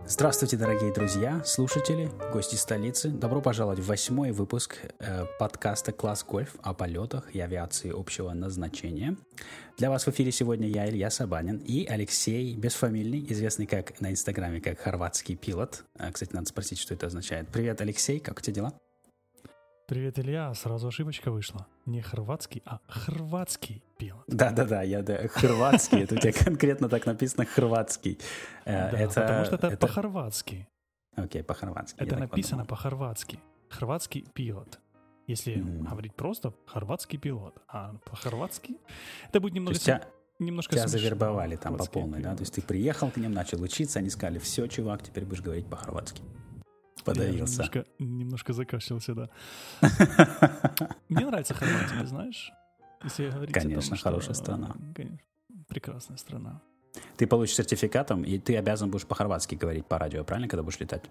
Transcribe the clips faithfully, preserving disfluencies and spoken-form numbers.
Здравствуйте, дорогие друзья, слушатели, гости столицы. Добро пожаловать в восьмой выпуск э, подкаста «Класс Гольф» о полетах и авиации общего назначения. Для вас в эфире сегодня я, Илья Сабанин, и Алексей Бесфамильный, известный как на Инстаграме как хорватский пилот. Э, кстати, надо спросить, что это означает. Привет, Алексей, как у тебя дела? Привет, Илья. Сразу ошибочка вышла. Не хорватский, а хорватский пилот. Да-да-да, я да, хорватский. Это у тебя конкретно так написано хорватский. Да, потому что это по-хорватски. Окей, по-хорватски. Это написано по-хорватски. Хорватский пилот. Если говорить просто, хорватский пилот. А по-хорватски это будет немного... Немножко тебя завербовали там по полной, да? То есть ты приехал к ним, начал учиться, они сказали: все, чувак, теперь будешь говорить по-хорватски. Подавился. Я немножко, немножко закашлялся, да. Мне нравится Хорватия, знаешь? Если говорить Конечно, о том, хорошая что, страна. Конечно, прекрасная страна. Ты получишь сертификатом, и ты обязан будешь по-хорватски говорить по радио, правильно, когда будешь летать?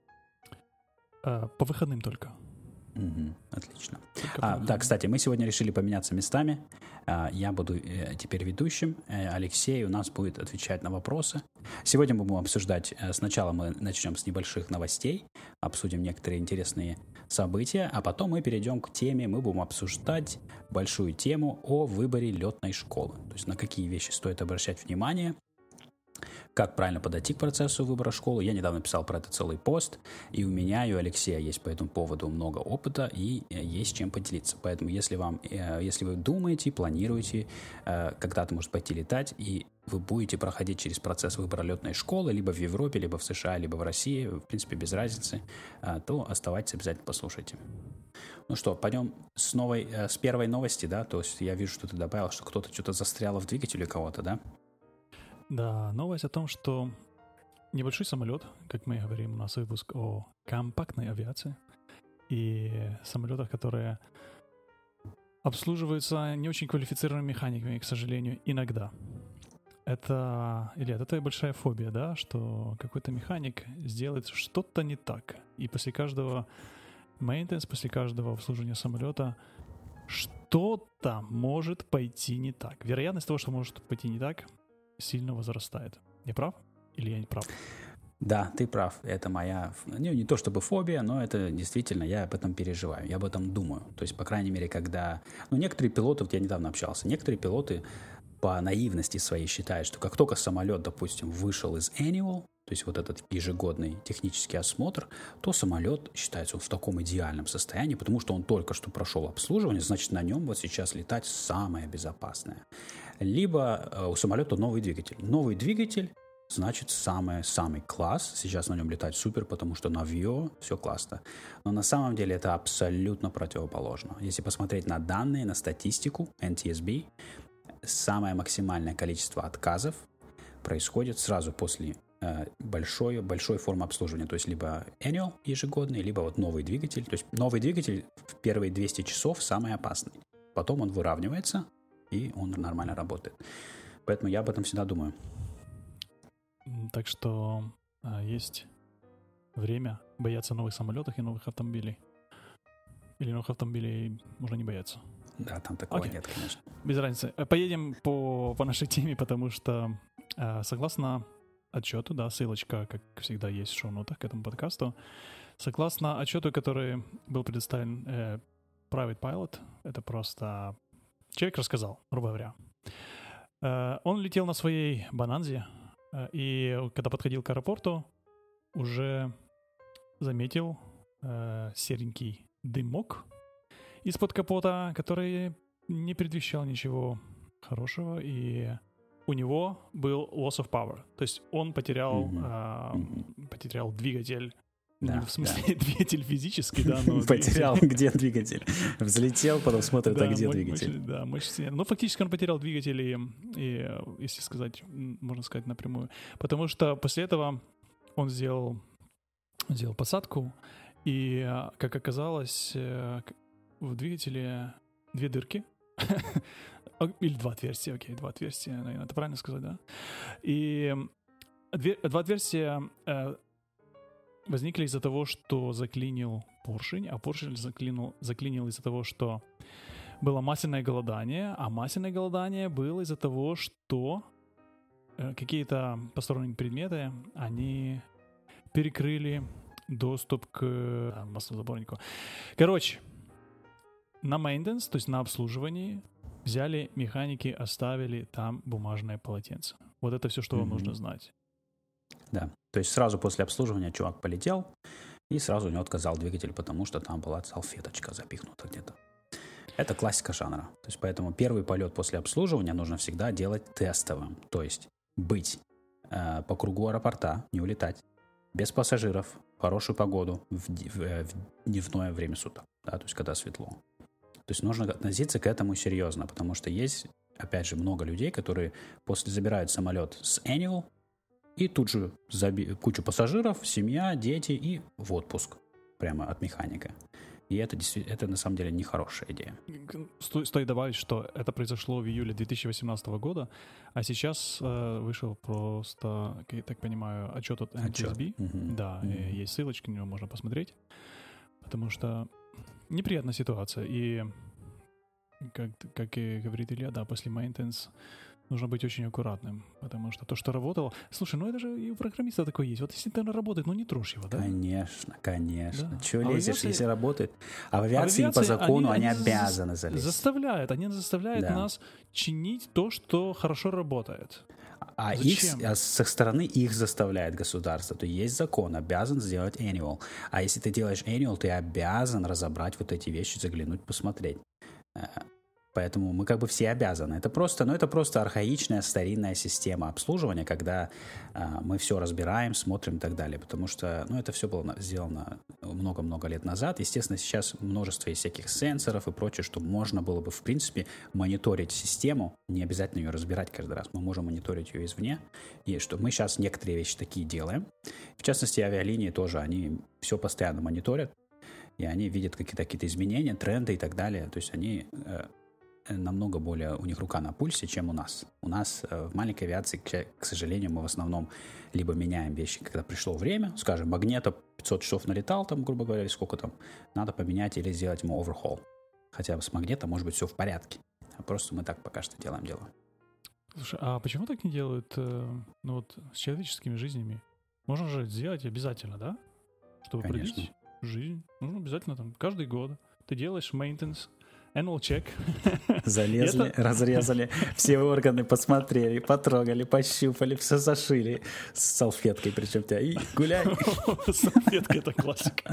А, по выходным только. Угу, отлично. А, да, кстати, мы сегодня решили поменяться местами. А, я буду э, теперь ведущим. Э, Алексей у нас будет отвечать на вопросы. Сегодня мы будем обсуждать... Э, сначала мы начнем с небольших новостей, обсудим некоторые интересные события, а потом мы перейдем к теме, мы будем обсуждать большую тему о выборе летной школы. То есть на какие вещи стоит обращать внимание, как правильно подойти к процессу выбора школы. Я недавно писал про это целый пост, и у меня и у Алексея есть по этому поводу много опыта, и есть чем поделиться. Поэтому если, вам, если вы думаете, планируете когда-то, может, пойти летать, и вы будете проходить через процесс выбора летной школы, либо в Европе, либо в США, либо в России, в принципе, без разницы, то оставайтесь, обязательно послушайте. Ну что, пойдем с, новой, с первой новости, да? То есть я вижу, что ты добавил, что кто-то что-то застряло в двигателе кого-то, да? Да, новость о том, что небольшой самолет, как мы говорим, у нас выпуск о компактной авиации и самолетах, которые обслуживаются не очень квалифицированными механиками, к сожалению, иногда. Это, или это большая фобия, да, что какой-то механик сделает что-то не так, и после каждого maintenance, после каждого обслуживания самолета что-то может пойти не так. Вероятность того, что может пойти не так, сильно возрастает. Я прав? Или я не прав? Да, ты прав. Это моя, не, не то чтобы фобия, но это действительно, я об этом переживаю, я об этом думаю. То есть, по крайней мере, когда... Ну, некоторые пилоты, вот я недавно общался, некоторые пилоты по наивности своей считают, что как только самолет, допустим, вышел из annual, то есть вот этот ежегодный технический осмотр, то самолет считается он в таком идеальном состоянии, потому что он только что прошел обслуживание, значит, на нем вот сейчас летать самое безопасное. Либо э, у самолета новый двигатель. Новый двигатель, значит, самый, самый класс. Сейчас на нем летать супер, потому что на Vio все классно. Но на самом деле это абсолютно противоположно. Если посмотреть на данные, на статистику эн ти эс би, самое максимальное количество отказов происходит сразу после э, большой, большой формы обслуживания. То есть либо annual ежегодный, либо вот новый двигатель. То есть новый двигатель в первые двести часов самый опасный. Потом он выравнивается, и он нормально работает. Поэтому я об этом всегда думаю. Так что а, есть время бояться новых самолетов и новых автомобилей. Или новых автомобилей можно не бояться. Да, там такого okay. нет, конечно. Без разницы. Поедем по, по нашей теме, потому что а, согласно отчету, да, ссылочка, как всегда, есть в шоу-нотах к этому подкасту, согласно отчету, который был предоставлен э, Private Pilot, это просто... Человек рассказал, грубо говоря. Uh, он летел на своей Bonanza, uh, и когда подходил к аэропорту, уже заметил uh, серенький дымок из-под капота, который не предвещал ничего хорошего, и у него был loss of power. То есть он потерял, mm-hmm. Uh, mm-hmm. потерял двигатель. Да, не в смысле да. Двигатель физический, да, но... Потерял, где двигатель? Взлетел, потом смотрит, а где двигатель? Да, мощь. Ну, фактически он потерял двигатель, и, и, если сказать, можно сказать напрямую. Потому что после этого он сделал, сделал посадку, и, как оказалось, в двигателе две дырки. Или два отверстия, окей, два отверстия, наверное, это правильно сказать, да? И две, два отверстия... возникли из-за того, что заклинил поршень, а поршень заклинил, заклинил из-за того, что было масляное голодание, а масляное голодание было из-за того, что э, какие-то посторонние предметы, они перекрыли доступ к а, маслозаборнику. Короче, на maintenance, то есть на обслуживании, взяли механики, оставили там бумажное полотенце. Вот это все, что mm-hmm. вам нужно знать. Да, то есть сразу после обслуживания чувак полетел, и сразу у него отказал двигатель, потому что там была салфеточка запихнута где-то. Это классика жанра. То есть поэтому первый полет после обслуживания нужно всегда делать тестовым. То есть быть э, по кругу аэропорта, не улетать, без пассажиров, в хорошую погоду, в, в, в дневное время суток, да, то есть когда светло. То есть нужно относиться к этому серьезно, потому что есть, опять же, много людей, которые после забирают самолет с annual, и тут же заби- кучу пассажиров, семья, дети и в отпуск прямо от механика. И это действительно, это на самом деле нехорошая идея. Сто, стоит добавить, что это произошло в июле две тысячи восемнадцатого года, а сейчас э, вышел просто, как я так понимаю, отчет от эн ти эс би. Mm-hmm. Да, mm-hmm. есть ссылочка, на него можно посмотреть, потому что неприятная ситуация. И, как, как и говорит Илья, да, после maintenance нужно быть очень аккуратным, потому что то, что работало... Слушай, ну это же и у программиста такое есть. Вот если это работает, ну не трожь его, да? Конечно, конечно. Да. Чего а лезешь, авиации... если работает? А в авиации, а в авиации по закону они, они, они обязаны залезть. Заставляют, они заставляют да. нас чинить то, что хорошо работает. А, их, а с их стороны их заставляет государство. То есть закон, обязан сделать annual. А если ты делаешь annual, ты обязан разобрать вот эти вещи, заглянуть, посмотреть. Поэтому мы как бы все обязаны. Это просто, ну, это просто архаичная старинная система обслуживания, когда а, мы все разбираем, смотрим и так далее. Потому что, ну, это все было сделано много-много лет назад. Естественно, сейчас множество есть всяких сенсоров и прочее, что можно было бы, в принципе, мониторить систему, не обязательно ее разбирать каждый раз. Мы можем мониторить ее извне. И что мы сейчас некоторые вещи такие делаем. В частности, авиалинии тоже, они все постоянно мониторят, и они видят какие-то, какие-то изменения, тренды и так далее. То есть они... намного более у них рука на пульсе, чем у нас. У нас э, в маленькой авиации, к, к сожалению, мы в основном либо меняем вещи, когда пришло время, скажем, магнето пятьсот часов налетал, там, грубо говоря, или сколько там, надо поменять или сделать ему overhaul. Хотя с магнетом может быть все в порядке. А просто мы так пока что делаем дело. Слушай, а почему так не делают э, ну вот, с человеческими жизнями? Можно же сделать обязательно, да? Чтобы Конечно. продлить жизнь. Нужно обязательно там каждый год. Ты делаешь maintenance, annual check. Залезли, это... разрезали, все органы посмотрели, потрогали, пощупали, все зашили с салфеткой, причем тебя и гуляй. Салфетка — это классика.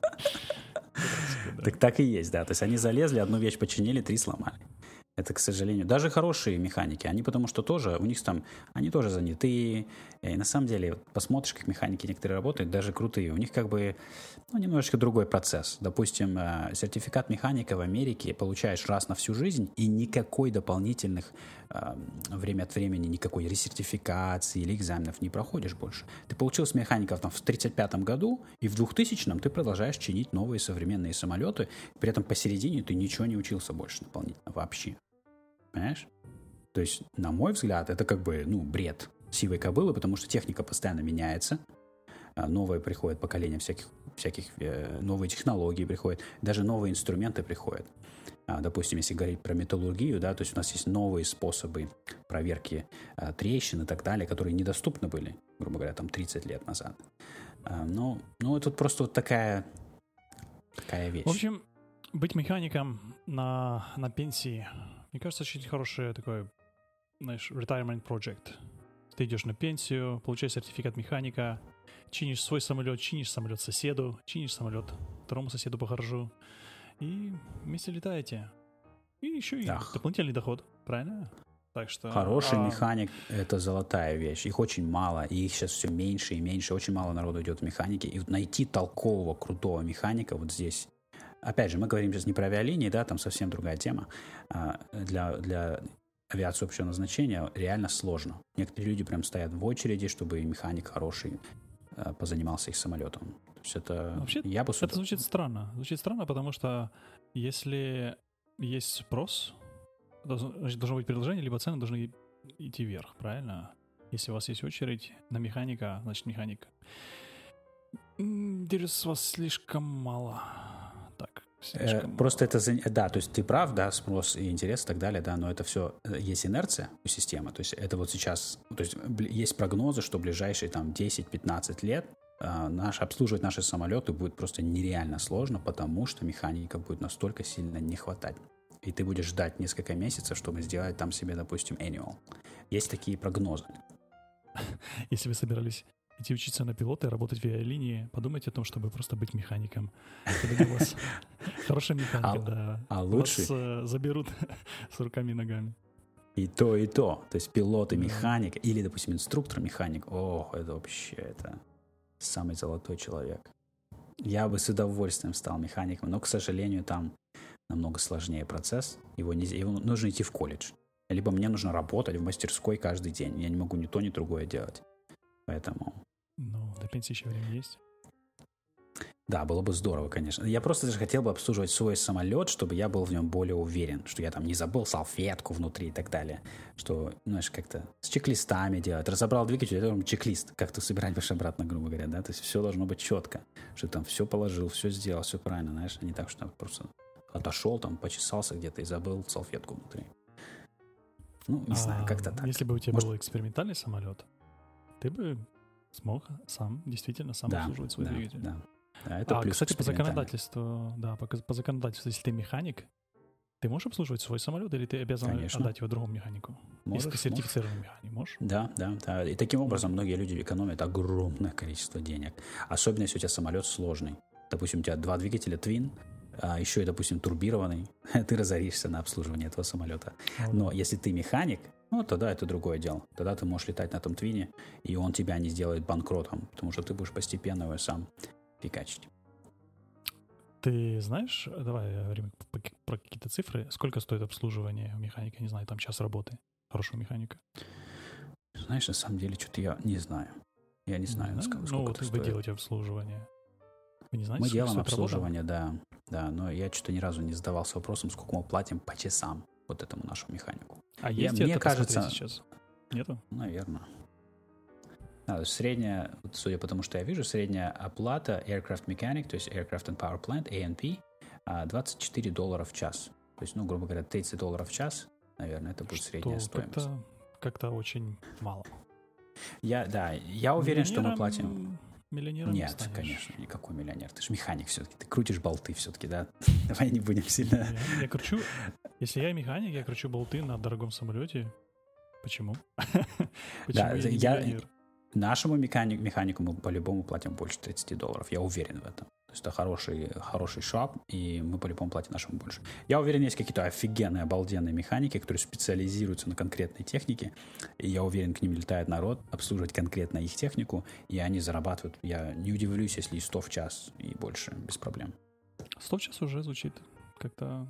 Так так и есть, да. То есть они залезли, одну вещь починили, три сломали. Это, к сожалению, даже хорошие механики, они потому что тоже, у них там, они тоже заняты, и на самом деле, посмотришь, как механики некоторые работают, даже крутые, у них как бы, ну, немножечко другой процесс. Допустим, сертификат механика в Америке получаешь раз на всю жизнь, и никакой дополнительных время от времени, никакой ресертификации или экзаменов не проходишь больше. Ты получил с механиков там в тридцать пятом году, и в двухтысячном ты продолжаешь чинить новые современные самолеты, при этом посередине ты ничего не учился больше дополнительно вообще. Понимаешь? То есть, на мой взгляд, это как бы, ну, бред сивой кобылы, потому что техника постоянно меняется, новое приходит поколение всяких, всяких э, новые технологии приходят, даже новые инструменты приходят. А, допустим, если говорить про металлургию, да, то есть у нас есть новые способы проверки а, трещин и так далее, которые недоступны были, грубо говоря, там тридцать лет назад. А, но, ну, это просто вот такая, такая вещь. В общем, быть механиком на, на пенсии, мне кажется, очень хороший такой, знаешь, retirement project. Ты идешь на пенсию, получаешь сертификат механика, чинишь свой самолет, чинишь самолет соседу, чинишь самолет второму соседу по гаражу, и вместе летаете. И еще и Ах. дополнительный доход, правильно? Так что, Хороший а... механик — это золотая вещь. Их очень мало, и их сейчас все меньше и меньше. Очень мало народу идет в механике. И вот найти толкового, крутого механика вот здесь... Опять же, мы говорим сейчас не про авиалинии, да, там совсем другая тема. Для, для авиации общего назначения реально сложно. Некоторые люди прям стоят в очереди, чтобы механик хороший позанимался их самолетом. То есть это... Вообще, я бы это звучит странно. Звучит странно, потому что если есть спрос, значит, должно быть предложение, либо цены должны идти вверх, правильно? Если у вас есть очередь на механика, значит, механик. Интерес у вас слишком мало. Так, слишком э, просто это... Да, то есть ты прав, да, спрос и интерес и так далее, да, но это все... Есть инерция у системы, то есть это вот сейчас... То есть есть прогнозы, что в ближайшие там десять-пятнадцать лет а, наш, обслуживать наши самолеты будет просто нереально сложно, потому что механика будет настолько сильно не хватать. И ты будешь ждать несколько месяцев, чтобы сделать там себе, допустим, annual. Есть такие прогнозы. Если вы собирались идти учиться на пилота и работать в авиалинии, подумайте о том, чтобы просто быть механиком. У вас хорошая механика, да. А лучше... Вас заберут с руками и ногами. И то, и то. То есть пилот и механик, или, допустим, инструктор-механик. О, это вообще, это самый золотой человек. Я бы с удовольствием стал механиком, но, к сожалению, там намного сложнее процесс. Его, не, его нужно идти в колледж. Либо мне нужно работать в мастерской каждый день. Я не могу ни то, ни другое делать. Поэтому... Ну, до пенсии еще время есть. Да, было бы здорово, конечно. Я просто даже хотел бы обслуживать свой самолет, чтобы я был в нем более уверен, что я там не забыл салфетку внутри и так далее. Что, знаешь, как-то с чек-листами делать. Разобрал двигатель, это чек-лист. Как ты собирать будешь обратно, грубо говоря, да? То есть все должно быть четко. Что ты там все положил, все сделал, все правильно, знаешь. А не так, что просто отошел, там, почесался где-то и забыл салфетку внутри. Ну, не а, знаю, как-то так. Если бы у тебя Может... был экспериментальный самолет, ты бы смог сам, действительно, сам да, обслуживать свой да, двигатель. Да. Да, это а, плюс кстати, по законодательству, да, по, по законодательству, если ты механик, ты можешь обслуживать свой самолет или ты обязан Конечно. отдать его другому механику? Можешь, если ты сертифицированный можешь. механик, можешь? Да, да, да. И таким образом многие люди экономят огромное количество денег. Особенно, если у тебя самолет сложный. Допустим, у тебя два двигателя Twin, а еще и, допустим, турбированный, ты разоришься на обслуживание этого самолета. Oh, Но да. если ты механик, ну, тогда это другое дело. Тогда ты можешь летать на том Твине, и он тебя не сделает банкротом, потому что ты будешь постепенно его сам фигачить. Ты знаешь, давай говорим про какие-то цифры, сколько стоит обслуживание у механика, не знаю, там час работы хорошего механика? Знаешь, на самом деле, что-то я не знаю. Я не знаю, не сколько, сколько ну, это вот стоит. Вы делаете обслуживание. Вы не знаете, мы делаем обслуживание, да, да, но я что-то ни разу не задавался вопросом, сколько мы платим по часам вот этому нашему механику. А я, есть мне это кажется, сейчас? Нету? Наверное. Да, средняя, судя по тому, что я вижу, средняя оплата Aircraft Mechanic, то есть Aircraft and Power Plant, эй эн пи, двадцать четыре доллара в час. То есть, ну, грубо говоря, тридцать долларов в час, наверное, это будет что средняя стоимость. Как-то, как-то очень мало. Я, да, я уверен, что мы платим... Миллионером Нет, станешь. Конечно, никакой миллионер. Ты же механик все-таки. Ты крутишь болты все-таки, да? Давай не будем сильно... Я, я кручу... Если я механик, я кручу болты на дорогом самолете. Почему? Почему да, я не я, миллионер? Нашему механику, механику мы по-любому платим больше тридцать долларов. Я уверен в этом. То есть это хороший, хороший шап, и мы по-любому платим нашему больше. Я уверен, есть какие-то офигенные, обалденные механики, которые специализируются на конкретной технике, и я уверен, к ним летает народ обслуживать конкретно их технику, и они зарабатывают. Я не удивлюсь, если и сто в час, и больше, без проблем. сто в час уже звучит как-то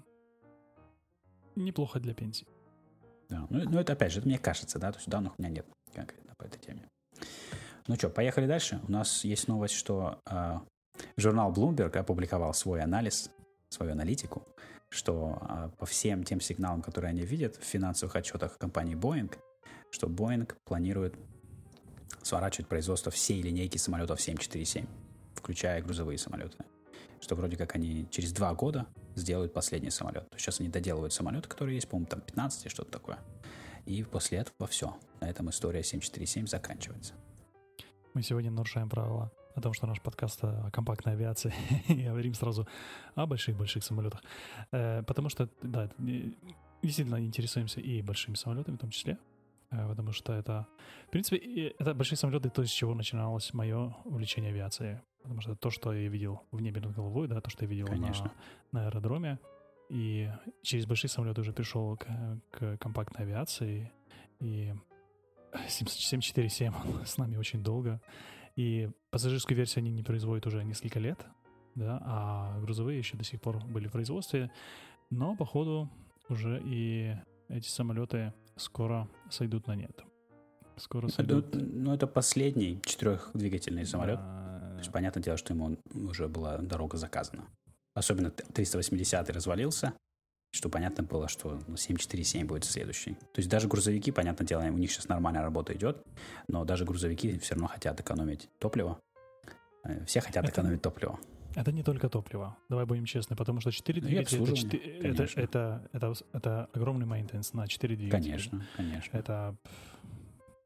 неплохо для пенсии. Да, ну, ну это опять же, это мне кажется, да, то есть данных у меня нет конкретно по этой теме. Ну что, поехали дальше. У нас есть новость, что э, журнал Bloomberg опубликовал свой анализ, свою аналитику, что э, по всем тем сигналам, которые они видят в финансовых отчетах компании Boeing, что Boeing планирует сворачивать производство всей линейки самолетов семь четыре семь, включая грузовые самолеты. Что вроде как они через два года сделают последний самолет. То есть сейчас они доделывают самолеты, которые есть, по-моему, там пятнадцать и что-то такое. И после этого все. На этом история семь четыре семь заканчивается. Мы сегодня нарушаем правила о том, что наш подкаст о компактной авиации, и говорим сразу о больших-больших самолетах. Э, потому что, да, действительно интересуемся и большими самолетами в том числе, э, потому что это, в принципе, это большие самолеты, то, с чего начиналось мое увлечение авиацией. Потому что это то, что я видел в небе над головой, да, то, что я видел на, на аэродроме. И через большие самолеты уже пришел к, к компактной авиации, и семь четыре семь с нами очень долго. И пассажирскую версию они не производят уже несколько лет, да, а грузовые еще до сих пор были в производстве. Но, походу, уже и эти самолеты скоро сойдут на нет. Скоро сойдут. Ну, ну это последний четырехдвигательный самолет. Да. То есть, понятное дело, что ему уже была дорога заказана. Особенно триста восьмидесятый развалился, что понятно было, что семь четыре семь будет следующий. То есть даже грузовики, понятное дело, у них сейчас нормальная работа идет, но даже грузовики все равно хотят экономить топливо. Все хотят это, экономить топливо. Это не только топливо. Давай будем честны, потому что четыре двигателя это, четыре, это, это, это, это, это огромный мейнтенс на четыре двигателя. Конечно, конечно. Это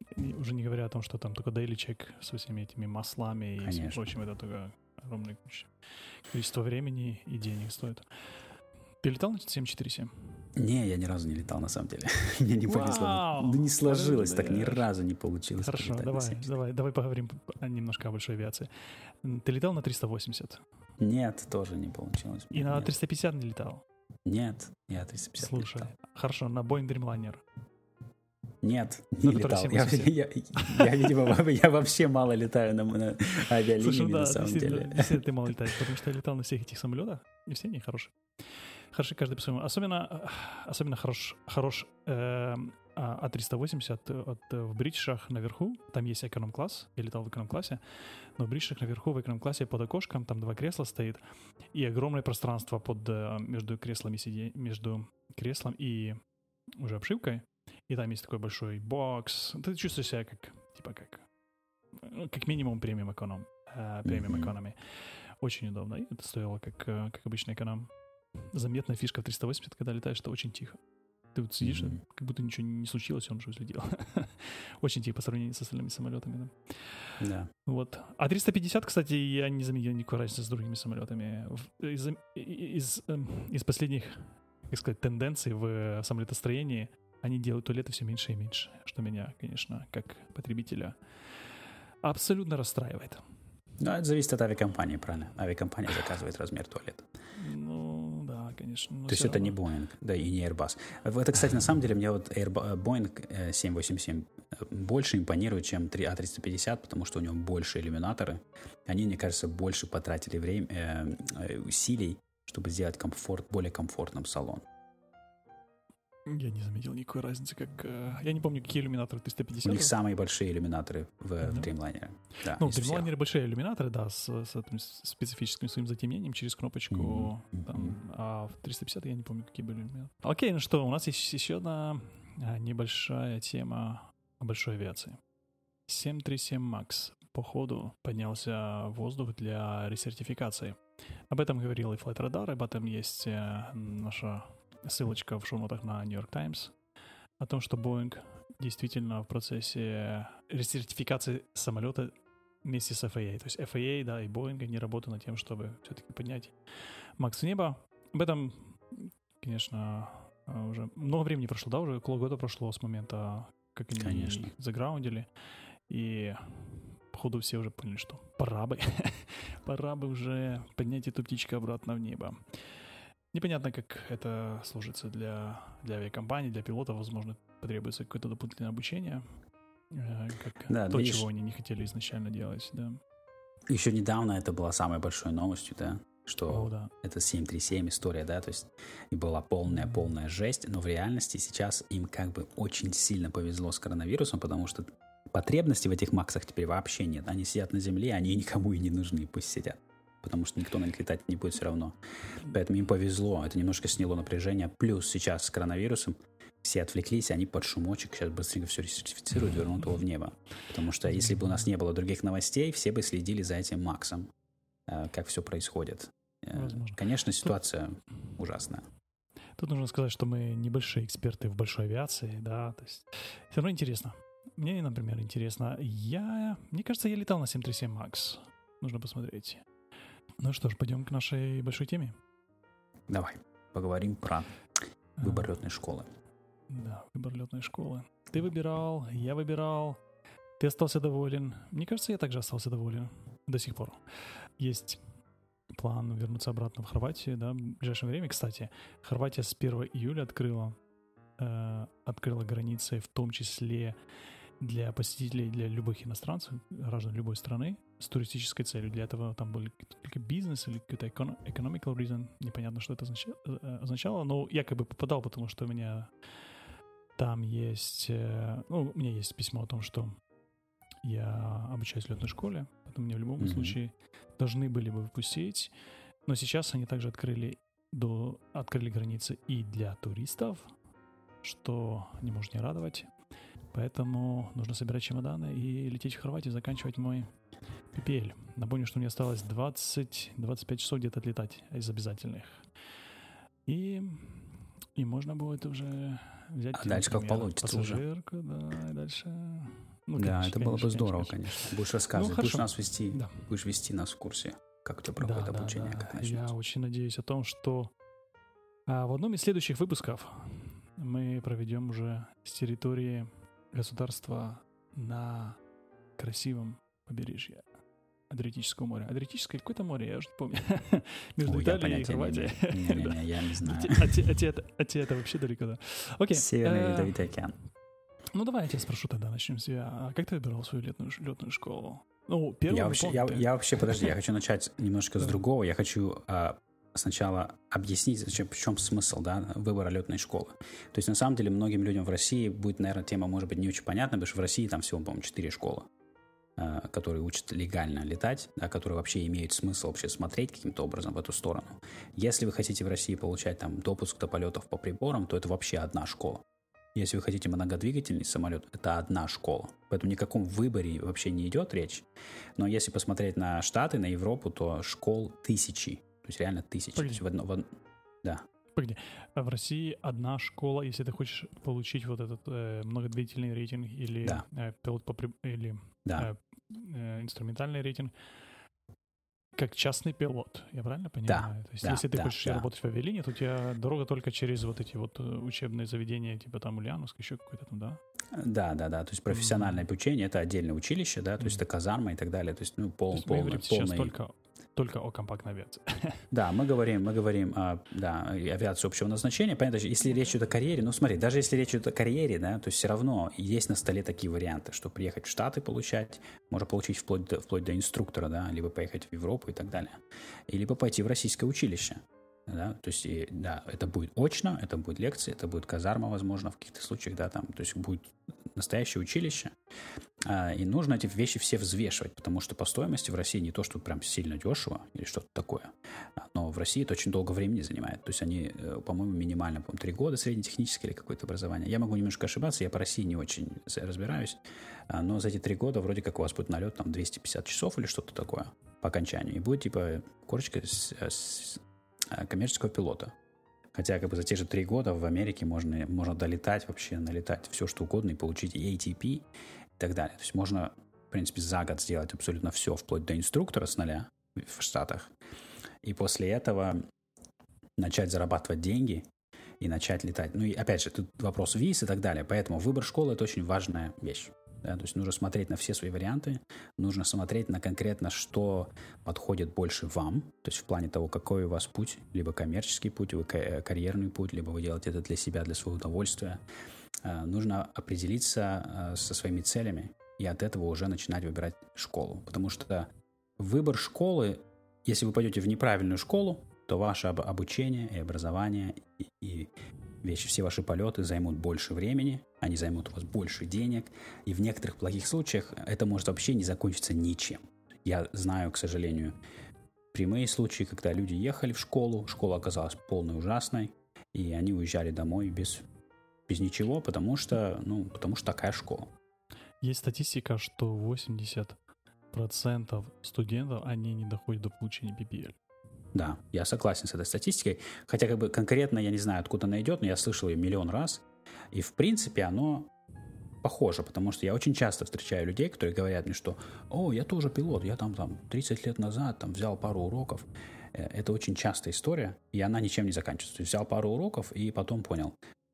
И уже не говоря о том, что там только daily check со всеми этими маслами и всем прочим, это только огромное количество времени и денег стоит. Ты летал на семь четыре семь? Не, я ни разу не летал, на самом деле. Мне не повезло. Да не сложилось, так ни разу не получилось. Хорошо, давай, давай, давай поговорим немножко о большой авиации. Ты летал на триста восемьдесят? Нет, тоже не получилось. И на триста пятьдесят не летал? Нет, я триста пятьдесят Слушай, летал. Хорошо, на Boeing Dreamliner? Нет, не летал. Я, я, я, видимо, я вообще мало летаю на, на авиалиниями, Слушай, да, на самом деле. Действительно, ты мало летаешь, потому что я летал на всех этих самолетах, и все они хорошие. Хороши каждый по-своему. Особенно, особенно хорош, хорош э, А триста восемьдесят от, в бритишах наверху, там есть эконом-класс, я летал в эконом-классе, но в бритишах наверху в эконом-классе под окошком, там два кресла стоит, и огромное пространство под, между креслами, сидя, между креслом и уже обшивкой, и там есть такой большой бокс. Ты чувствуешь себя как, типа как, как минимум премиум эконом, э, премиум mm-hmm. экономи. Очень удобно, и это стоило как, как обычный эконом. Заметная фишка в триста восемьдесят, когда летаешь, это очень тихо. Ты вот сидишь, mm-hmm. как будто ничего не случилось, он уже взлетел. Очень тихо по сравнению с остальными самолетами. Да. Yeah. Вот. А триста пятьдесят, кстати, я не заметил никакой разницы с другими самолетами. Из, из, из последних, как сказать, тенденций в самолетостроении они делают туалеты все меньше и меньше, что меня, конечно, как потребителя абсолютно расстраивает. Ну, это зависит от авиакомпании, правильно? Авиакомпания заказывает размер туалета. Ну, да, конечно. То есть это не Boeing, да, и не Airbus. Это, кстати, на самом деле мне вот Airbus, Boeing семь восемьдесят семь больше импонирует, чем А триста пятьдесят, потому что у него больше иллюминаторы. Они, мне кажется, больше потратили время, э, усилий, чтобы сделать комфорт, более комфортным салон. Я не заметил никакой разницы, как... Э, я не помню, какие иллюминаторы триста пятьдесят. У них самые большие иллюминаторы в, mm-hmm. в Dreamliner. Да, ну, в Dreamliner большие иллюминаторы, да, с, с этим специфическим своим затемнением через кнопочку. Mm-hmm. Там, а в триста пятьдесят я не помню, какие были иллюминаторы. Окей, ну что, у нас есть еще одна небольшая тема о большой авиации. семь тридцать семь макс по ходу поднялся в воздух для ресертификации. Об этом говорил и Flight Radar, об этом есть наша... ссылочка в шоу-нотах на New York Times о том, что Boeing действительно в процессе ресертификации самолета вместе с эф эй эй. То есть эф эй эй, да, и Boeing, они работают над тем, чтобы все-таки поднять Макс в небо. Об этом, конечно, уже много времени прошло, да, уже около года прошло с момента, как они конечно. заграундили. И походу все уже поняли, что пора бы, пора бы уже поднять эту птичку обратно в небо. Непонятно, как это сложится для, для авиакомпаний, для пилотов. Возможно, потребуется какое-то дополнительное обучение, как да, то, видишь, чего они не хотели изначально делать. Да. Еще недавно это была самой большой новостью, да, что О, да. это семь тридцать семь история, да, то есть была полная-полная жесть, но в реальности сейчас им как бы очень сильно повезло с коронавирусом, потому что потребностей в этих максах теперь вообще нет. Они сидят на земле, они никому и не нужны, пусть сидят. Потому что никто на них летать не будет все равно. Поэтому им повезло, это немножко сняло напряжение. Плюс сейчас с коронавирусом все отвлеклись, они под шумочек сейчас быстренько все ресертифицируют, вернут его в небо. Потому что если бы у нас не было других новостей, все бы следили за этим Максом, как все происходит. Возможно. Конечно, ситуация Тут... ужасная. Тут нужно сказать, что мы небольшие эксперты в большой авиации, да, то есть все равно интересно. Мне, например, интересно. Я, мне кажется, я летал на семь тридцать семь макс. Нужно посмотреть. Ну что ж, пойдем к нашей большой теме. Давай, поговорим про выбор летной школы. Да, выбор летной школы. Ты выбирал, я выбирал, ты остался доволен. Мне кажется, я также остался доволен до сих пор. Есть план вернуться обратно в Хорватию, да, в ближайшее время. Кстати, Хорватия с первого июля открыла, э, открыла границы, в том числе для посетителей, для любых иностранцев, граждан любой страны, с туристической целью. Для этого там был только бизнес или какой-то economical reason. Непонятно, что это означало, но я как бы попадал, потому что у меня там есть... Ну, у меня есть письмо о том, что я обучаюсь в летной школе, поэтому меня в любом mm-hmm. случае должны были бы выпустить. Но сейчас они также открыли, до, открыли границы и для туристов, что не может не радовать. Поэтому нужно собирать чемоданы и лететь в Хорватию, заканчивать мой пи пи эль. Напомню, что мне осталось двадцать-двадцать пять часов где-то отлетать из обязательных. И, и можно будет уже взять... А дальше например, как получится пассажирку, уже. Да, и дальше... Ну, да, конечно, это конечно, было бы конечно, здорово, конечно. конечно. Будешь рассказывать, Ну, будешь хорошо. нас вести, Да. будешь вести нас в курсе, как у тебя проходит Да, да, обучение, да. как Я начнется. очень надеюсь о том, что а, в одном из следующих выпусков мы проведем уже с территории государства на красивом побережье Адриатического моря. Адриатическое или какое-то море, я уже не помню. Между Ой, я Италией и понятия не Хорватией. имею. Не-не-не, я не знаю. А те- а те это- а те это вообще далеко, да. Окей. Северный э, Ледовитый океан. Ну, давай я тебя спрошу тогда, начнем с тебя. А как ты выбирал свою летную, ш- летную школу? Ну, первую Я мы вообще, помним, я, ты- я вообще, подожди, я хочу начать немножко с Да. другого. Я хочу а, сначала объяснить, зачем, в чем смысл, да, выбора летной школы. То есть, на самом деле, многим людям в России будет, наверное, тема, может быть, не очень понятна, потому что в России там всего, по-моему, четыре школы, а, которые учат легально летать, да, которые вообще имеют смысл вообще смотреть каким-то образом в эту сторону. Если вы хотите в России получать там допуск до полетов по приборам, то это вообще одна школа. Если вы хотите многодвигательный самолет, это одна школа. Поэтому ни о каком выборе вообще не идет речь. Но если посмотреть на Штаты, на Европу, то школ тысячи. То есть реально тысячи. То Погоди. есть в одно- в од- Да. Погоди. А в России одна школа, если ты хочешь получить вот этот э, многодвигательный рейтинг или Да. э, пилот по при- или Да. э, э, инструментальный рейтинг, как частный пилот, я правильно понимаю? То есть, да, если ты да, хочешь да. работать в авиалинии, то у тебя дорога только через вот эти вот э, учебные заведения, типа там Ульяновск, еще какой-то там, да? Да, да, да. То есть профессиональное Мгм. обучение это отдельное училище, да, то есть Мгм. это казарма и так далее. То есть, ну, То пол, есть мы полный, говорим сейчас полный- только, только о компактной авиации. Да, мы говорим, мы говорим о да, авиации общего назначения. Понятно, если речь идет о карьере, ну смотри, даже если речь идет о карьере, да, то все равно есть на столе такие варианты, что приехать в Штаты получать, можно получить вплоть до, вплоть до инструктора, да, либо поехать в Европу и так далее, и либо пойти в российское училище. Да, то есть, и, да, это будет очно, это будет лекции, это будет казарма, возможно, в каких-то случаях, да, там, то есть будет настоящее училище, а, и нужно эти вещи все взвешивать, потому что по стоимости в России не то, что прям сильно дешево или что-то такое, но в России это очень долго времени занимает, то есть они, э, по-моему, минимально, по-моему, три года среднетехническое или какое-то образование. Я могу немножко ошибаться, я по России не очень разбираюсь, а, но за эти три года вроде как у вас будет налет там двести пятьдесят часов или что-то такое по окончанию, и будет типа корочка с, с коммерческого пилота. Хотя как бы за те же три года в Америке можно, можно долетать вообще, налетать все, что угодно и получить и эй ти пи и так далее. То есть можно, в принципе, за год сделать абсолютно все, вплоть до инструктора с нуля в Штатах. И после этого начать зарабатывать деньги и начать летать. Ну и опять же, тут вопрос виз и так далее. Поэтому выбор школы – это очень важная вещь. Да, то есть нужно смотреть на все свои варианты, нужно смотреть на конкретно, что подходит больше вам, то есть в плане того, какой у вас путь, либо коммерческий путь, либо карьерный путь, либо вы делаете это для себя, для своего удовольствия. Нужно определиться со своими целями и от этого уже начинать выбирать школу. Потому что выбор школы, если вы пойдете в неправильную школу, то ваше обучение и образование и, и вещи, все ваши полеты займут больше времени, они займут у вас больше денег, и в некоторых плохих случаях это может вообще не закончиться ничем. Я знаю, к сожалению, прямые случаи, когда люди ехали в школу, школа оказалась полной ужасной, и они уезжали домой без, без ничего, потому что, ну, потому что такая школа. Есть статистика, что восемьдесят процентов студентов, они не доходят до получения пи пи эль. Да, я согласен с этой статистикой, хотя как бы конкретно я не знаю, откуда она идет, но я слышал ее миллион раз, и в принципе оно похоже, потому что я очень часто встречаю людей, которые говорят мне, что «О, я тоже пилот, я там, там тридцать лет назад там, взял пару уроков». Это очень частая история, и она ничем не заканчивается. То есть взял пару уроков и потом понял.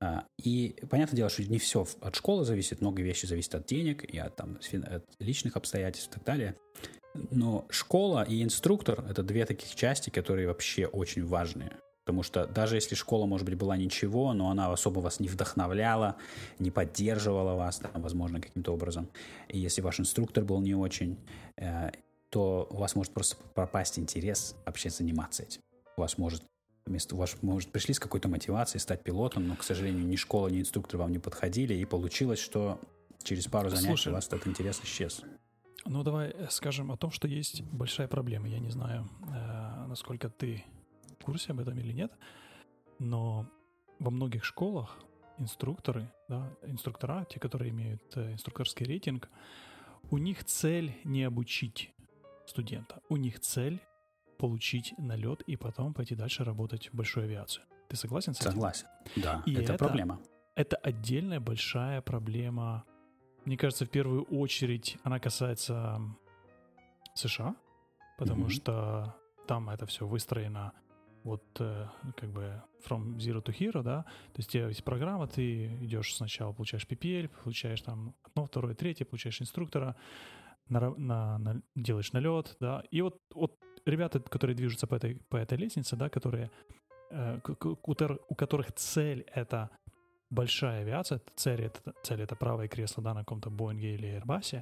И понятное дело, что не все от школы зависит, много вещей зависит от денег и от, там, от личных обстоятельств и так далее. Но школа и инструктор – это две таких части, которые вообще очень важные. Потому что даже если школа, может быть, была ничего, но она особо вас не вдохновляла, не поддерживала вас, там, возможно, каким-то образом. И если ваш инструктор был не очень, э, то у вас может просто пропасть интерес вообще заниматься этим. У вас может, вместо, у вас, может, пришли с какой-то мотивацией стать пилотом, но, к сожалению, ни школа, ни инструктор вам не подходили, и получилось, что через пару занятий Слушай, у вас этот интерес исчез. Ну, давай скажем о том, что есть большая проблема. Я не знаю, э, насколько ты в курсе об этом или нет, но во многих школах инструкторы, да, инструктора, те, которые имеют э, инструкторский рейтинг, у них цель не обучить студента, у них цель получить налет и потом пойти дальше работать в большую авиацию. Ты согласен с этим? Согласен, да, И это, это проблема. Это отдельная большая проблема мне кажется, в первую очередь она касается США, потому mm-hmm. что там это все выстроено вот как бы from zero to hero, да, то есть у тебя есть программа, ты идешь сначала, получаешь пи пи эл, получаешь там одно, второе, третье, получаешь инструктора, на, на, на, делаешь налет, да, и вот, вот ребята, которые движутся по этой, по этой лестнице, да, которые, э, у которых цель — это большая авиация, цель это, цель это правое кресло, да, на каком-то Боинге или Airbus,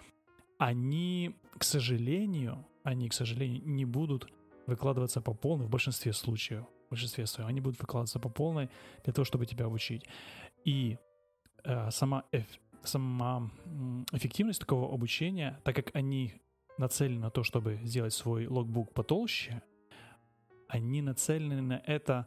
они, к сожалению, они, к сожалению, не будут выкладываться по полной в большинстве случаев. В большинстве своем они будут выкладываться по полной для того, чтобы тебя обучить. И э, сама, эф, сама эффективность такого обучения, так как они нацелены на то, чтобы сделать свой логбук потолще, они нацелены на это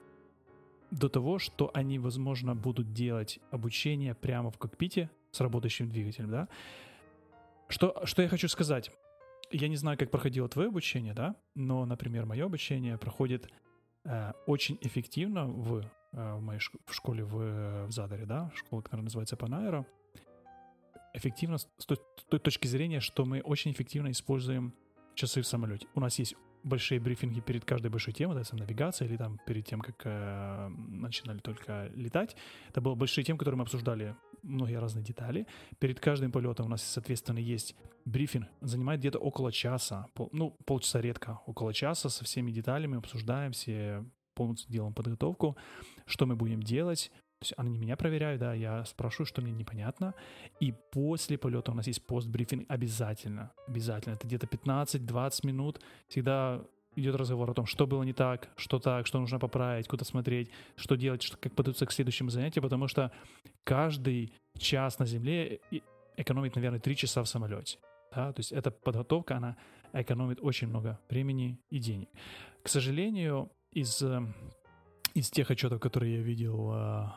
до того, что они, возможно, будут делать обучение прямо в кокпите с работающим двигателем, да? Что, что я хочу сказать? Я не знаю, как проходило твое обучение, да, но, например, мое обучение проходит э, очень эффективно в, э, в моей шк- в школе в, в Задаре, да, школа, которая называется Panaero. Эффективно с той, с той точки зрения, что мы очень эффективно используем часы в самолете. У нас есть большие брифинги перед каждой большой темой, да, там навигация или там перед тем, как э, начинали только летать. Это были большие темы, которые мы обсуждали, многие разные детали. Перед каждым полетом у нас, соответственно, есть брифинг. Занимает где-то около часа, пол, ну, полчаса редко, около часа со всеми деталями обсуждаем, все полностью делаем подготовку, что мы будем делать. То есть они меня проверяют, да, я спрашиваю, что мне непонятно. И после полета у нас есть постбрифинг обязательно. Обязательно. Это где-то пятнадцать-двадцать минут. Всегда идет разговор о том, что было не так, что так, что нужно поправить, куда смотреть, что делать, что, как податься к следующему занятию, потому что каждый час на земле экономит, наверное, три часа в самолете. Да? То есть эта подготовка, она экономит очень много времени и денег. К сожалению, из, из тех отчетов, которые я видел,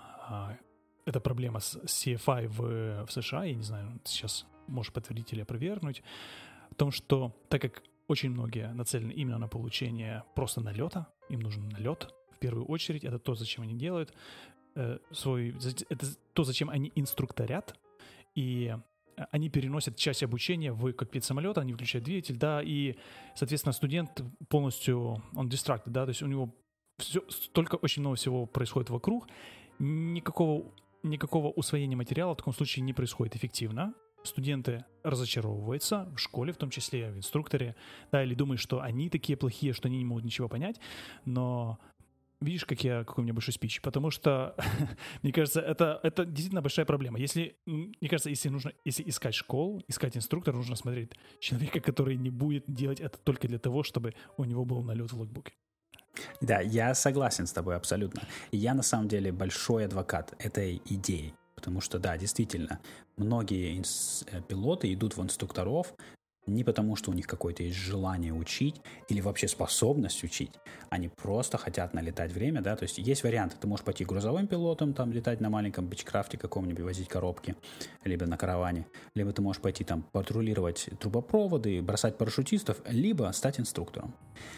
это проблема с си эф ай в, в США, я не знаю, сейчас можешь подтвердить или опровергнуть, в том, что так как очень многие нацелены именно на получение просто налета, им нужен налет в первую очередь, это то, зачем они делают, э, свой, это то, зачем они инструкторят, и они переносят часть обучения в кокпит самолета, они включают двигатель, да, и, соответственно, студент полностью, он distracted, да, то есть у него все, столько очень много всего происходит вокруг, никакого, никакого усвоения материала в таком случае не происходит эффективно. Студенты разочаровываются в школе, в том числе в инструкторе, да, или думают, что они такие плохие, что они не могут ничего понять, но видишь, как я, какой у меня большой спич, потому что, мне кажется, это, это действительно большая проблема. Если, мне кажется, если нужно, если искать школу, искать инструктора, нужно смотреть человека, который не будет делать это только для того, чтобы у него был налет в логбуке. Да, я согласен с тобой абсолютно. И я на самом деле большой адвокат этой идеи. Потому что, да, действительно, многие инс- пилоты идут в инструкторов не потому, что у них какое-то есть желание учить или вообще способность учить. Они просто хотят налетать время, да, то есть есть варианты. Ты можешь пойти грузовым пилотом, там, летать на маленьком бичкрафте каком-нибудь, возить коробки, либо на караване, либо ты можешь пойти там патрулировать трубопроводы, бросать парашютистов, либо стать инструктором.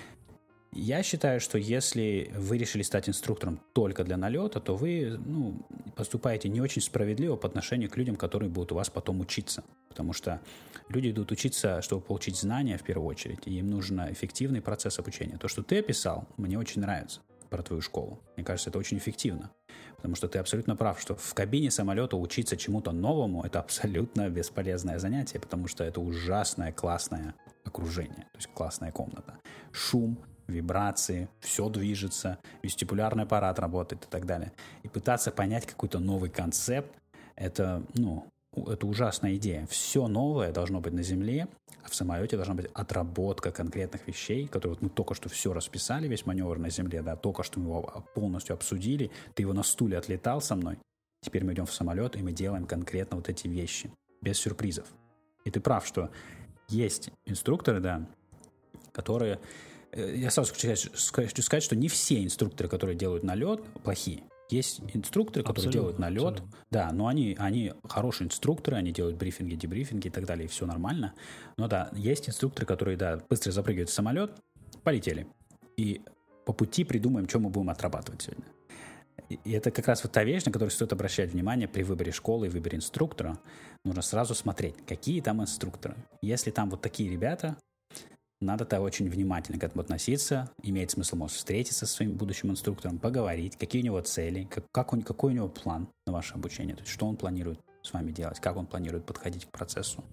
Я считаю, что если вы решили стать инструктором только для налета, то вы, ну, поступаете не очень справедливо по отношению к людям, которые будут у вас потом учиться. Потому что люди идут учиться, чтобы получить знания в первую очередь, и им нужен эффективный процесс обучения. То, что ты описал, мне очень нравится про твою школу. Мне кажется, это очень эффективно. Потому что ты абсолютно прав, что в кабине самолета учиться чему-то новому – это абсолютно бесполезное занятие, потому что это ужасное классное окружение, то есть классная комната. Шум, вибрации, все движется, вестибулярный аппарат работает и так далее. И пытаться понять какой-то новый концепт, это, ну, это ужасная идея. Все новое должно быть на земле, а в самолете должна быть отработка конкретных вещей, которые вот мы только что все расписали, весь маневр на земле, да, только что мы его полностью обсудили, ты его на стуле отлетал со мной, теперь мы идем в самолет, и мы делаем конкретно вот эти вещи, без сюрпризов. И ты прав, что есть инструкторы, да, которые... Я сразу хочу сказать, хочу сказать, что не все инструкторы, которые делают налет, плохие. Есть инструкторы, которые абсолютно, делают налет, абсолютно. Да, но они, они хорошие инструкторы, они делают брифинги, дебрифинги и так далее, и все нормально. Но да, есть инструкторы, которые, да, быстро запрыгивают в самолет, полетели. И по пути придумаем, что мы будем отрабатывать сегодня. И это как раз вот та вещь, на которую стоит обращать внимание при выборе школы и выборе инструктора. Нужно сразу смотреть, какие там инструкторы. Если там вот такие ребята, надо-то очень внимательно к этому относиться. Имеет смысл, может, встретиться со своим будущим инструктором, поговорить, какие у него цели, как, как он, какой у него план на ваше обучение, то есть что он планирует с вами делать, как он планирует подходить к процессу.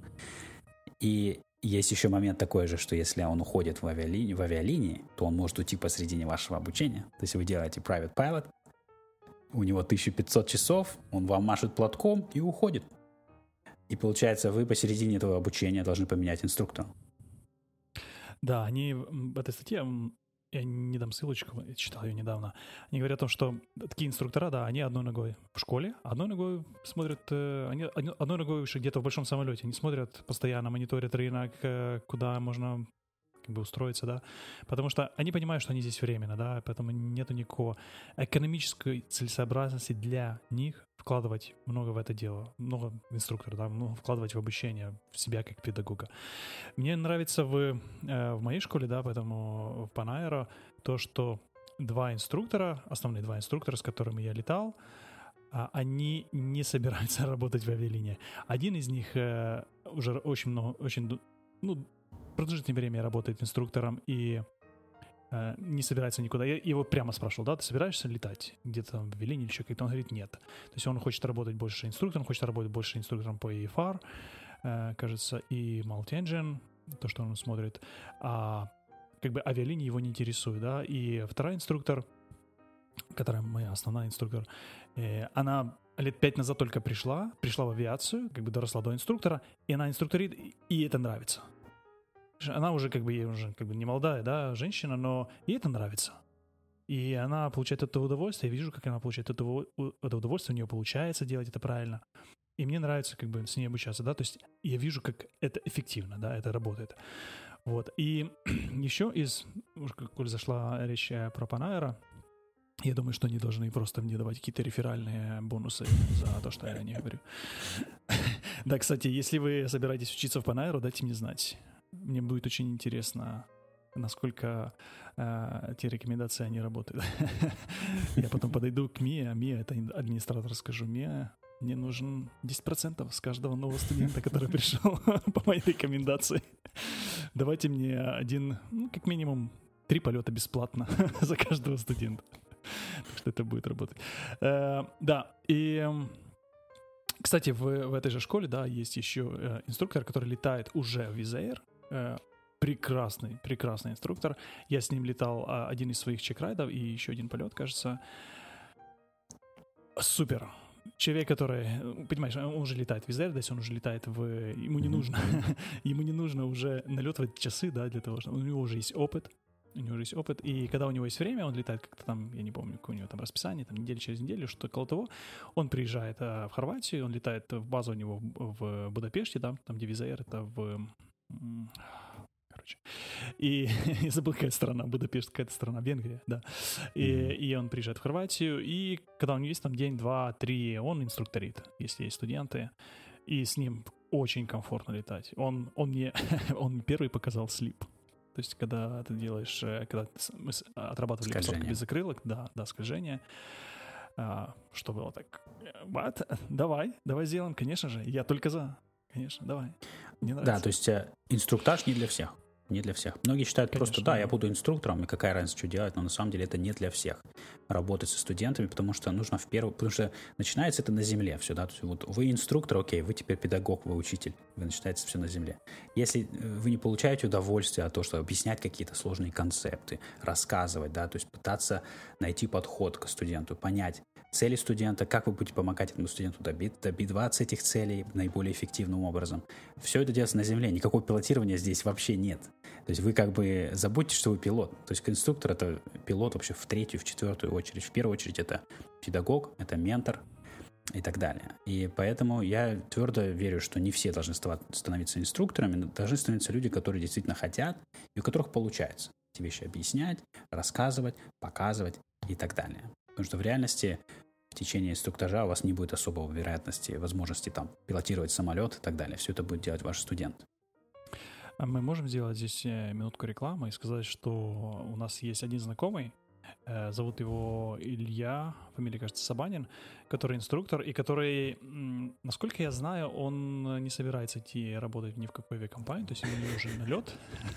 И есть еще момент такой же, что если он уходит в авиалинии, в авиалинии, то он может уйти посредине вашего обучения. То есть вы делаете private pilot, у него тысяча пятьсот часов, он вам машет платком и уходит. И получается, вы посередине этого обучения должны поменять инструктора. Да, они в этой статье, я не дам ссылочку, я читал ее недавно, они говорят о том, что такие инструктора, да, они одной ногой в школе, одной ногой смотрят, они одной ногой еще где-то в большом самолете, они смотрят постоянно, мониторят рынок, куда можно как бы устроиться, да, потому что они понимают, что они здесь временно, да, поэтому нету никакого экономической целесообразности для них вкладывать много в это дело, много в инструктора, да, много вкладывать в обучение, в себя как педагога. Мне нравится в, э, в моей школе, да, поэтому в Панаэро то, что два инструктора, основные два инструктора, с которыми я летал, они не собираются работать в авиалинии. Один из них э, уже очень много, очень, ну, продолжительное время работает инструктором и э, не собирается никуда. Я его прямо спрашивал, да, ты собираешься летать где-то там в авиалинии или еще как-то? Он говорит, нет. То есть он хочет работать больше инструктором, хочет работать больше инструктором по и эф ар, э, кажется, и Multi-Engine, то, что он смотрит. А как бы авиалинии его не интересует, да. И вторая инструктор, которая моя основная инструктор, э, она лет пять назад только пришла, пришла в авиацию, как бы доросла до инструктора, и она инструкторит, и это нравится. Она уже как бы, ей уже как бы не молодая, да, женщина, но ей это нравится. И она получает это удовольствие. Я вижу, как она получает это, это удовольствие, у нее получается делать это правильно. И мне нравится как бы с ней обучаться, да, то есть я вижу, как это эффективно, да, это работает. Вот. И еще из, уже коль зашла речь про Панаэро, я думаю, что они должны просто мне давать какие-то реферальные бонусы за то, что я не говорю. Да, кстати, если вы собираетесь учиться в Панаэро, дайте мне знать. Мне будет очень интересно, насколько э, те рекомендации, они работают. Я потом подойду к Мие, а Мия, это администратор, скажу, Мия, мне нужен десять процентов с каждого нового студента, который пришел по моей рекомендации. Давайте мне один, ну, как минимум, три полета бесплатно за каждого студента. Так что это будет работать. Э, да, и... Кстати, в, в этой же школе, да, есть еще э, инструктор, который летает уже в Wizz Air. Э, прекрасный, прекрасный инструктор. Я с ним летал э, один из своих чек-райдов и еще один полет, кажется. Супер. Человек, который, понимаешь, он уже летает в Wizz Air, то есть он уже летает в... Ему не нужно, ему не нужно уже налетывать часы, да, для того, чтобы... У него уже есть опыт. У него уже есть опыт, и когда у него есть время, он летает как-то там, я не помню, какое у него там расписание, там неделю через неделю, что-то около того, он приезжает а, в Хорватию, он летает в базу у него в, в Будапеште, да, там, где Wizz Air, это в... Короче. И я забыл, какая страна, Будапешт, какая-то страна, Венгрия, да. И, mm-hmm. и он приезжает в Хорватию, и когда у него есть там день, два, три, он инструкторит, если есть студенты, и с ним очень комфортно летать. Он, он мне, он первый показал слип. То есть, когда ты делаешь, когда мы отрабатывали посадку без закрылок, да, да, скольжение, а, что было так, what? Давай, давай сделаем, конечно же, я только за, конечно, давай. Мне нравится. Да, то есть инструктаж не для всех. Не для всех. Многие считают Конечно, просто, да, я буду инструктором, и какая разница, что делать, но на самом деле это не для всех. Работать со студентами, потому что нужно в первую... Потому что начинается это на земле все, да. То есть вот вы инструктор, окей, вы теперь педагог, вы учитель, вы начинаете все на земле. Если вы не получаете удовольствие от того, что объяснять какие-то сложные концепты, рассказывать, да, то есть пытаться найти подход к студенту, понять цели студента, как вы будете помогать этому студенту добить, добиваться этих целей наиболее эффективным образом. Все это делается на земле, никакого пилотирования здесь вообще нет. То есть вы как бы забудьте, что вы пилот. То есть инструктор — это пилот вообще в третью, в четвертую очередь. В первую очередь это педагог, это ментор и так далее. И поэтому я твердо верю, что не все должны становиться инструкторами, но должны становиться люди, которые действительно хотят и у которых получается эти вещи объяснять, рассказывать, показывать и так далее. Потому что в реальности в течение инструктажа у вас не будет особого вероятности, возможности там пилотировать самолет и так далее. Все это будет делать ваш студент. Мы можем сделать здесь минутку рекламы и сказать, что у нас есть один знакомый, Э, зовут его Илья, фамилия, кажется, Сабанин, который инструктор, и который, м, насколько я знаю, он не собирается идти работать ни в какой авиакомпании, то есть у него уже налет.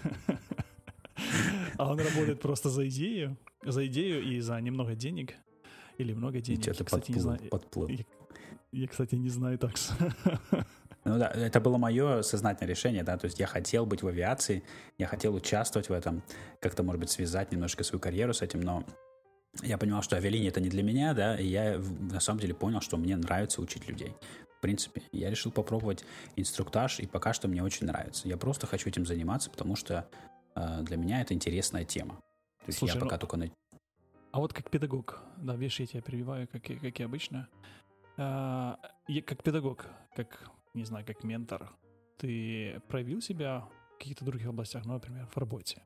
А он работает просто за идею, за идею и за немного денег. Или много денег. Что-то кстати, подплыл, не знаю. подплыл. Я, я, кстати, не знаю такс. Ну да, это было мое сознательное решение, да, то есть я хотел быть в авиации, я хотел участвовать в этом, как-то, может быть, связать немножко свою карьеру с этим, но я понимал, что авиалиния это не для меня, да, и я на самом деле понял, что мне нравится учить людей. В принципе, я решил попробовать инструктаж, и пока что мне очень нравится. Я просто хочу этим заниматься, потому что э, для меня это интересная тема. То есть Слушай, я пока ну, только... На... А вот как педагог, да, видишь, я тебя перебиваю, как и, как и обычно. А, я, как педагог, как, не знаю, как ментор, ты проявил себя в каких-то других областях, ну, например, в работе?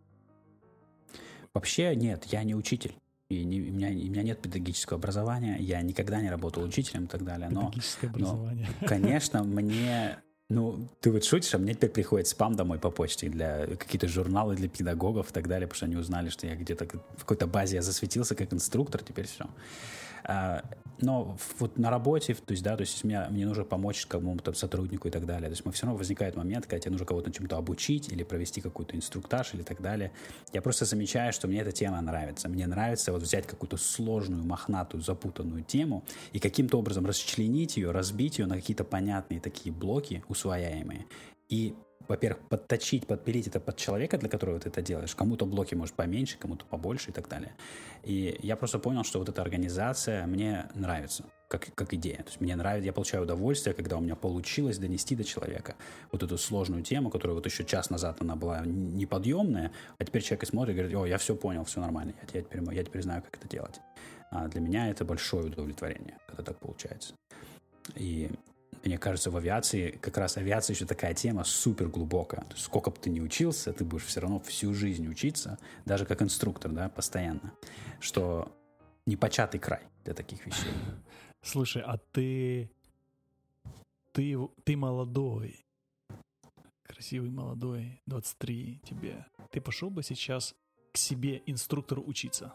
Вообще нет, я не учитель. И не, у, меня, у меня нет педагогического образования, я никогда не работал учителем и так далее. Но, Педагогическое образование. Но, конечно, мне... Ну, ты вот шутишь, а мне теперь приходит спам домой по почте для какие-то журналы для педагогов и так далее, потому что они узнали, что я где-то в какой-то базе я засветился как инструктор, теперь все. А, но вот на работе, то есть, да, то есть меня, мне нужно помочь кому-то сотруднику и так далее. То есть, все равно возникает момент, когда тебе нужно кого-то чему-то обучить или провести какой-то инструктаж или так далее. Я просто замечаю, что мне эта тема нравится. Мне нравится вот взять какую-то сложную, мохнатую, запутанную тему и каким-то образом расчленить ее, разбить ее на какие-то понятные такие блоки, усвояемые. И, во-первых, подточить, подпилить это под человека, для которого ты это делаешь. Кому-то блоки, может, поменьше, кому-то побольше и так далее. И я просто понял, что вот эта организация мне нравится, как, как идея. То есть мне нравится, я получаю удовольствие, когда у меня получилось донести до человека вот эту сложную тему, которая вот еще час назад она была неподъемная, а теперь человек смотрит и говорит: о, я все понял, все нормально, я теперь, я теперь знаю, как это делать. А для меня это большое удовлетворение, когда так получается. И мне кажется, в авиации, как раз авиация еще такая тема супер глубокая. То есть сколько бы ты ни учился, ты будешь все равно всю жизнь учиться, даже как инструктор, да, постоянно, что непочатый край для таких вещей. Слушай, а ты, ты, ты молодой, красивый молодой, двадцать три тебе. Ты пошел бы сейчас к себе инструктору учиться?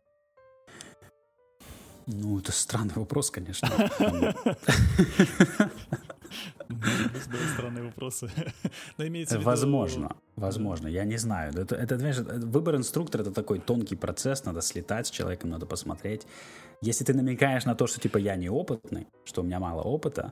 Ну, это странный вопрос, конечно. Странные вопросы. Возможно, возможно, я не знаю. Это, это, знаешь, выбор инструктора — это такой тонкий процесс, надо слетать с человеком, надо посмотреть. Если ты намекаешь на то, что типа я неопытный, что у меня мало опыта,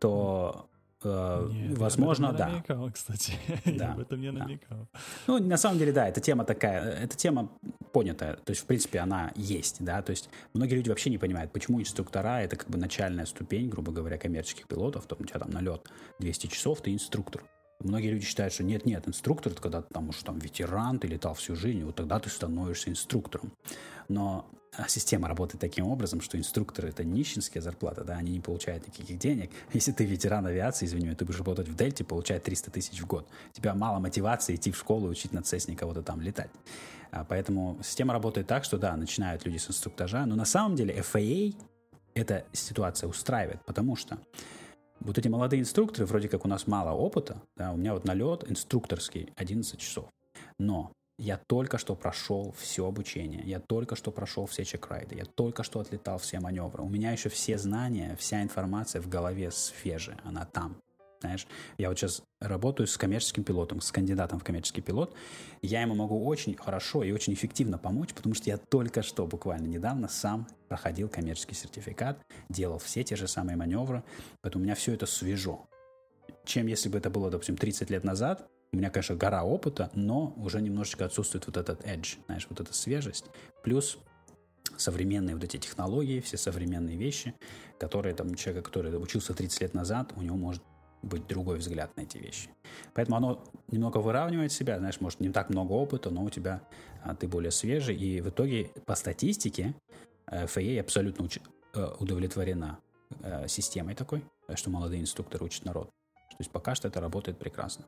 то э, Нет, возможно, я об этом не да. намекал, кстати. Да, я об этом не да. намекал. Ну, на самом деле, да, эта тема такая, эта тема понятая, то есть, в принципе, она есть, да, то есть многие люди вообще не понимают, почему инструктора — это как бы начальная ступень, грубо говоря, коммерческих пилотов, то у тебя там налет двести часов, ты инструктор. Многие люди считают, что нет-нет, инструктор — это когда ты там уж там ветеран, ты летал всю жизнь, вот тогда ты становишься инструктором. Но система работает таким образом, что инструкторы — это нищенская зарплата, да, они не получают никаких денег. Если ты ветеран авиации, извини, ты будешь работать в Дельте, получать триста тысяч в год. У тебя мало мотивации идти в школу и учить на Цесне кого-то там летать. А поэтому система работает так, что, да, начинают люди с инструктажа, но на самом деле эф эй эй эта ситуация устраивает, потому что вот эти молодые инструкторы, вроде как у нас мало опыта, да, у меня вот налет инструкторский одиннадцать часов, но я только что прошел все обучение, я только что прошел все чек-райды, я только что отлетал все маневры. У меня еще все знания, вся информация в голове свежая, она там. Знаешь, я вот сейчас работаю с коммерческим пилотом, с кандидатом в коммерческий пилот, и я ему могу очень хорошо и очень эффективно помочь, потому что я только что, буквально недавно, сам проходил коммерческий сертификат, делал все те же самые маневры, поэтому у меня все это свежо. Чем если бы это было, допустим, тридцать лет назад, у меня, конечно, гора опыта, но уже немножечко отсутствует вот этот edge, знаешь, вот эта свежесть. Плюс современные вот эти технологии, все современные вещи, которые там человек, который учился тридцать лет назад, у него может быть другой взгляд на эти вещи. Поэтому оно немного выравнивает себя, знаешь, может, не так много опыта, но у тебя а, ты более свежий, и в итоге по статистике эф эй эй абсолютно уч- удовлетворена э, системой такой, что молодые инструкторы учат народ. То есть пока что это работает прекрасно.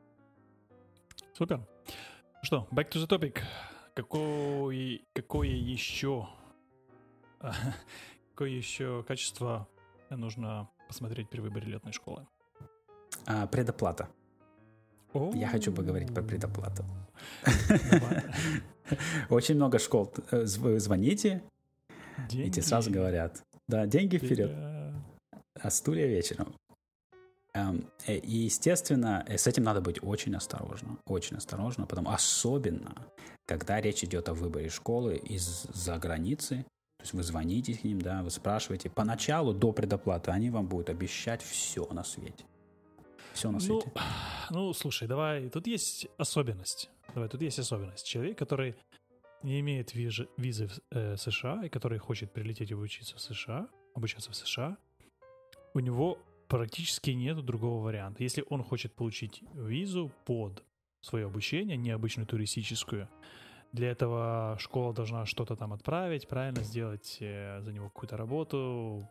Супер. Что, back to the topic. Какое, какое еще какое еще качество нужно посмотреть при выборе летной школы? А, предоплата. О-о-о. Я хочу поговорить про предоплату. Очень много школ. Вы звоните, Деньги. и тебе сразу говорят. Да, деньги вперед, Yeah. а стулья вечером. И, естественно, с этим надо быть очень осторожно. Очень осторожно, потому особенно, когда речь идет о выборе школы из-за границы. То есть вы звоните к ним, да, вы спрашиваете. Поначалу, до предоплаты, они вам будут обещать все на свете. Все на свете. Ну, ну, слушай, давай, тут есть особенность. Давай, тут есть особенность. Человек, который не имеет визы, визы в э, США и который хочет прилететь и учиться в США, обучаться в США, у него практически нет другого варианта. Если он хочет получить визу под свое обучение, необычную туристическую, для этого школа должна что-то там отправить, правильно, сделать э, за него какую-то работу.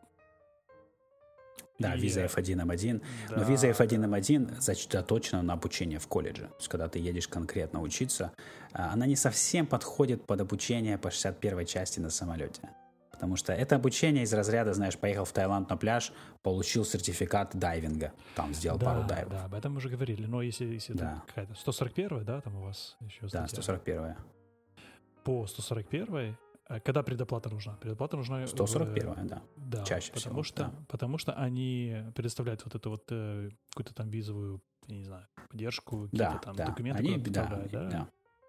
Да, И, виза эф один эм один. Да, Но виза эф один эм один заточена на обучение в колледже. То есть, когда ты едешь конкретно учиться, она не совсем подходит под обучение по шестьдесят первой части на самолете. Потому что это обучение из разряда, знаешь, поехал в Таиланд на пляж, получил сертификат дайвинга, там сделал да, пару дайвов. Да, об этом мы уже говорили. Но если, если да. это какая-то сто сорок первая, да, там у вас еще статья. Да, сто сорок первая. По сто сорок первой, когда предоплата нужна? Предоплата нужна... сто сорок первая, да. Да, чаще потому всего. Что, да. Потому что они предоставляют вот эту вот э, какую-то там визовую, я не знаю, поддержку, да, какие-то там да. документы они, представляют, да, да? да.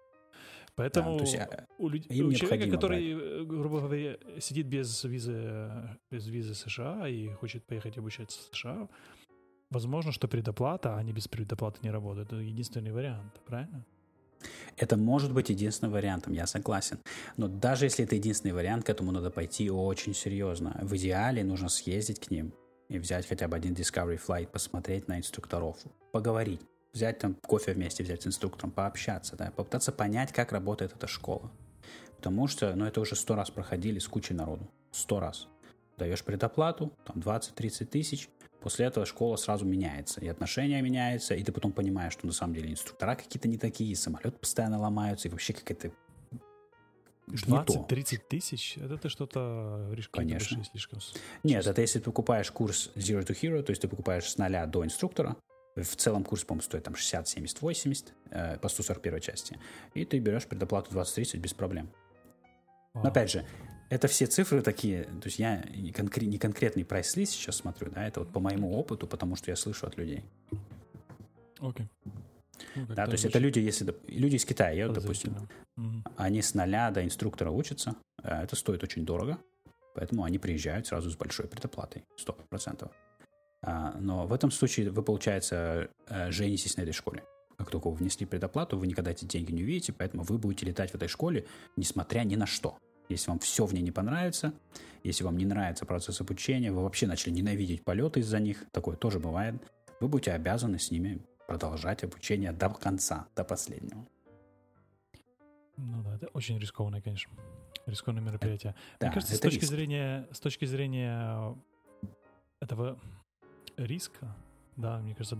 Поэтому да, есть, у, люд... им у человека, который, брать. грубо говоря, сидит без визы, без визы США и хочет поехать обучаться в США, возможно, что предоплата, а они без предоплаты не работают. Это единственный вариант, правильно? Это может быть единственным вариантом, я согласен. Но даже если это единственный вариант, к этому надо пойти очень серьезно. В идеале нужно съездить к ним и взять хотя бы один Discovery Flight, посмотреть на инструкторов, поговорить. Взять там кофе вместе, взять с инструктором, пообщаться, да, попытаться понять, как работает эта школа. Потому что, ну, это уже сто раз проходили с кучей народу. Сто раз. Даешь предоплату, там двадцать-тридцать тысяч, после этого школа сразу меняется, и отношения меняются, и ты потом понимаешь, что на самом деле инструктора какие-то не такие, самолеты постоянно ломаются, и вообще какая-то двадцать-тридцать тысяч? Это ты что-то говоришь, какие-то большие слишком... Нет, это если ты покупаешь курс Zero to Hero, то есть ты покупаешь с нуля до инструктора, в целом курс, по-моему, стоит там шестьдесят, семьдесят, восемьдесят э, по сто сорок первой части, и ты берешь предоплату двадцать-тридцать без проблем. Wow. Но опять же, это все цифры такие, то есть я не, конкрет, не конкретный прайс-лист сейчас смотрю, да, это вот по моему опыту, потому что я слышу от людей. Окей. Okay. Ну, да, то есть это люди, если люди из Китая, едут, допустим, mm-hmm. они с нуля до инструктора учатся, это стоит очень дорого, поэтому они приезжают сразу с большой предоплатой, сто процентов. Но в этом случае вы, получается, женитесь на этой школе. Как только вы внесли предоплату, вы никогда эти деньги не увидите, поэтому вы будете летать в этой школе, несмотря ни на что. Если вам все в ней не понравится, если вам не нравится процесс обучения, вы вообще начали ненавидеть полеты из-за них, такое тоже бывает, вы будете обязаны с ними продолжать обучение до конца, до последнего. Ну да, это очень рискованное, конечно, рискованное мероприятие. Это, Мне да, кажется, с точки риск. зрения, с точки зрения этого риска, да, мне кажется,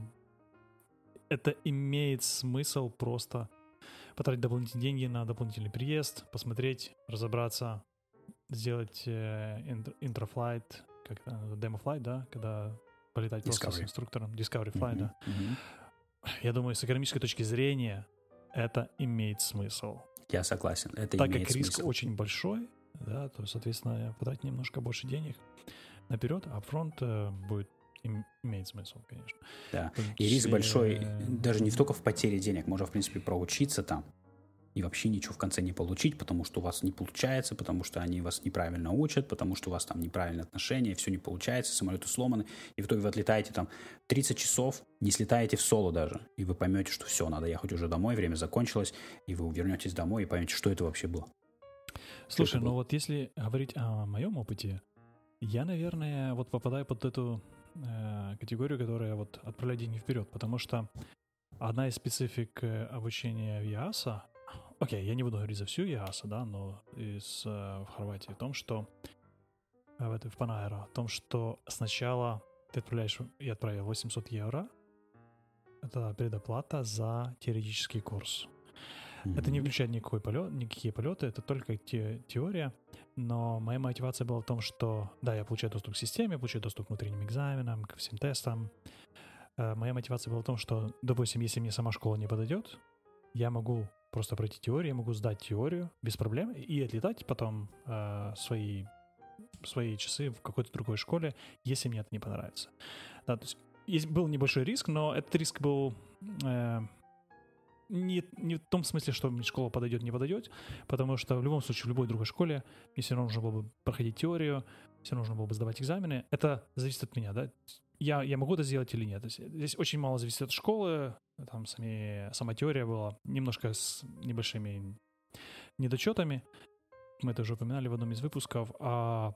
это имеет смысл просто потратить дополнительные деньги на дополнительный приезд, посмотреть, разобраться, сделать э, интрофлайт, как-то демо-флайт, да, когда полетать Discovery. просто с инструктором, Discovery Flight, mm-hmm. да. Mm-hmm. Я думаю, с экономической точки зрения это имеет смысл. Я согласен, это так имеет как риск смысл. очень большой, да, то, соответственно, потратить немножко больше денег наперед, а апфронт э, будет имеет смысл, конечно. Да, и риск большой даже не только в потере денег, можно, в принципе, проучиться там и вообще ничего в конце не получить, потому что у вас не получается, потому что они вас неправильно учат, потому что у вас там неправильные отношения, все не получается, самолеты сломаны, и в итоге вы отлетаете там тридцать часов, не слетаете в соло даже, и вы поймете, что все, надо ехать уже домой, время закончилось, и вы вернетесь домой и поймете, что это вообще было. Слушай, ну вот если говорить о моем опыте, я, наверное, вот попадаю под эту э, категорию, которая вот отправляет деньги вперед, потому что одна из специфик обучения в ИАСА, окей, я не буду говорить за всю ИАСА, да, но из э, в Хорватии, в том, что в, этой, в Панаэро, в том, что сначала ты отправляешь, я отправил восемьсот евро, это предоплата за теоретический курс. Mm-hmm. Это не включает никакой полет, никакие полеты, это только те, теория, но моя мотивация была в том, что, да, я получаю доступ к системе, я получаю доступ к внутренним экзаменам, ко всем тестам. Э, моя мотивация была в том, что, допустим, если мне сама школа не подойдет, я могу просто пройти теорию, я могу сдать теорию без проблем и отлетать потом э, свои, свои часы в какой-то другой школе, если мне это не понравится. Да, то есть, есть был небольшой риск, но этот риск был э, не, не в том смысле, что мне школа подойдет, не подойдет, потому что в любом случае в любой другой школе мне все равно нужно было бы проходить теорию, все равно нужно было бы сдавать экзамены. Это зависит от меня, да. Я, я могу это сделать или нет. Здесь очень мало зависит от школы. Там сами, сама теория была немножко с небольшими недочетами. Мы это уже упоминали в одном из выпусков. А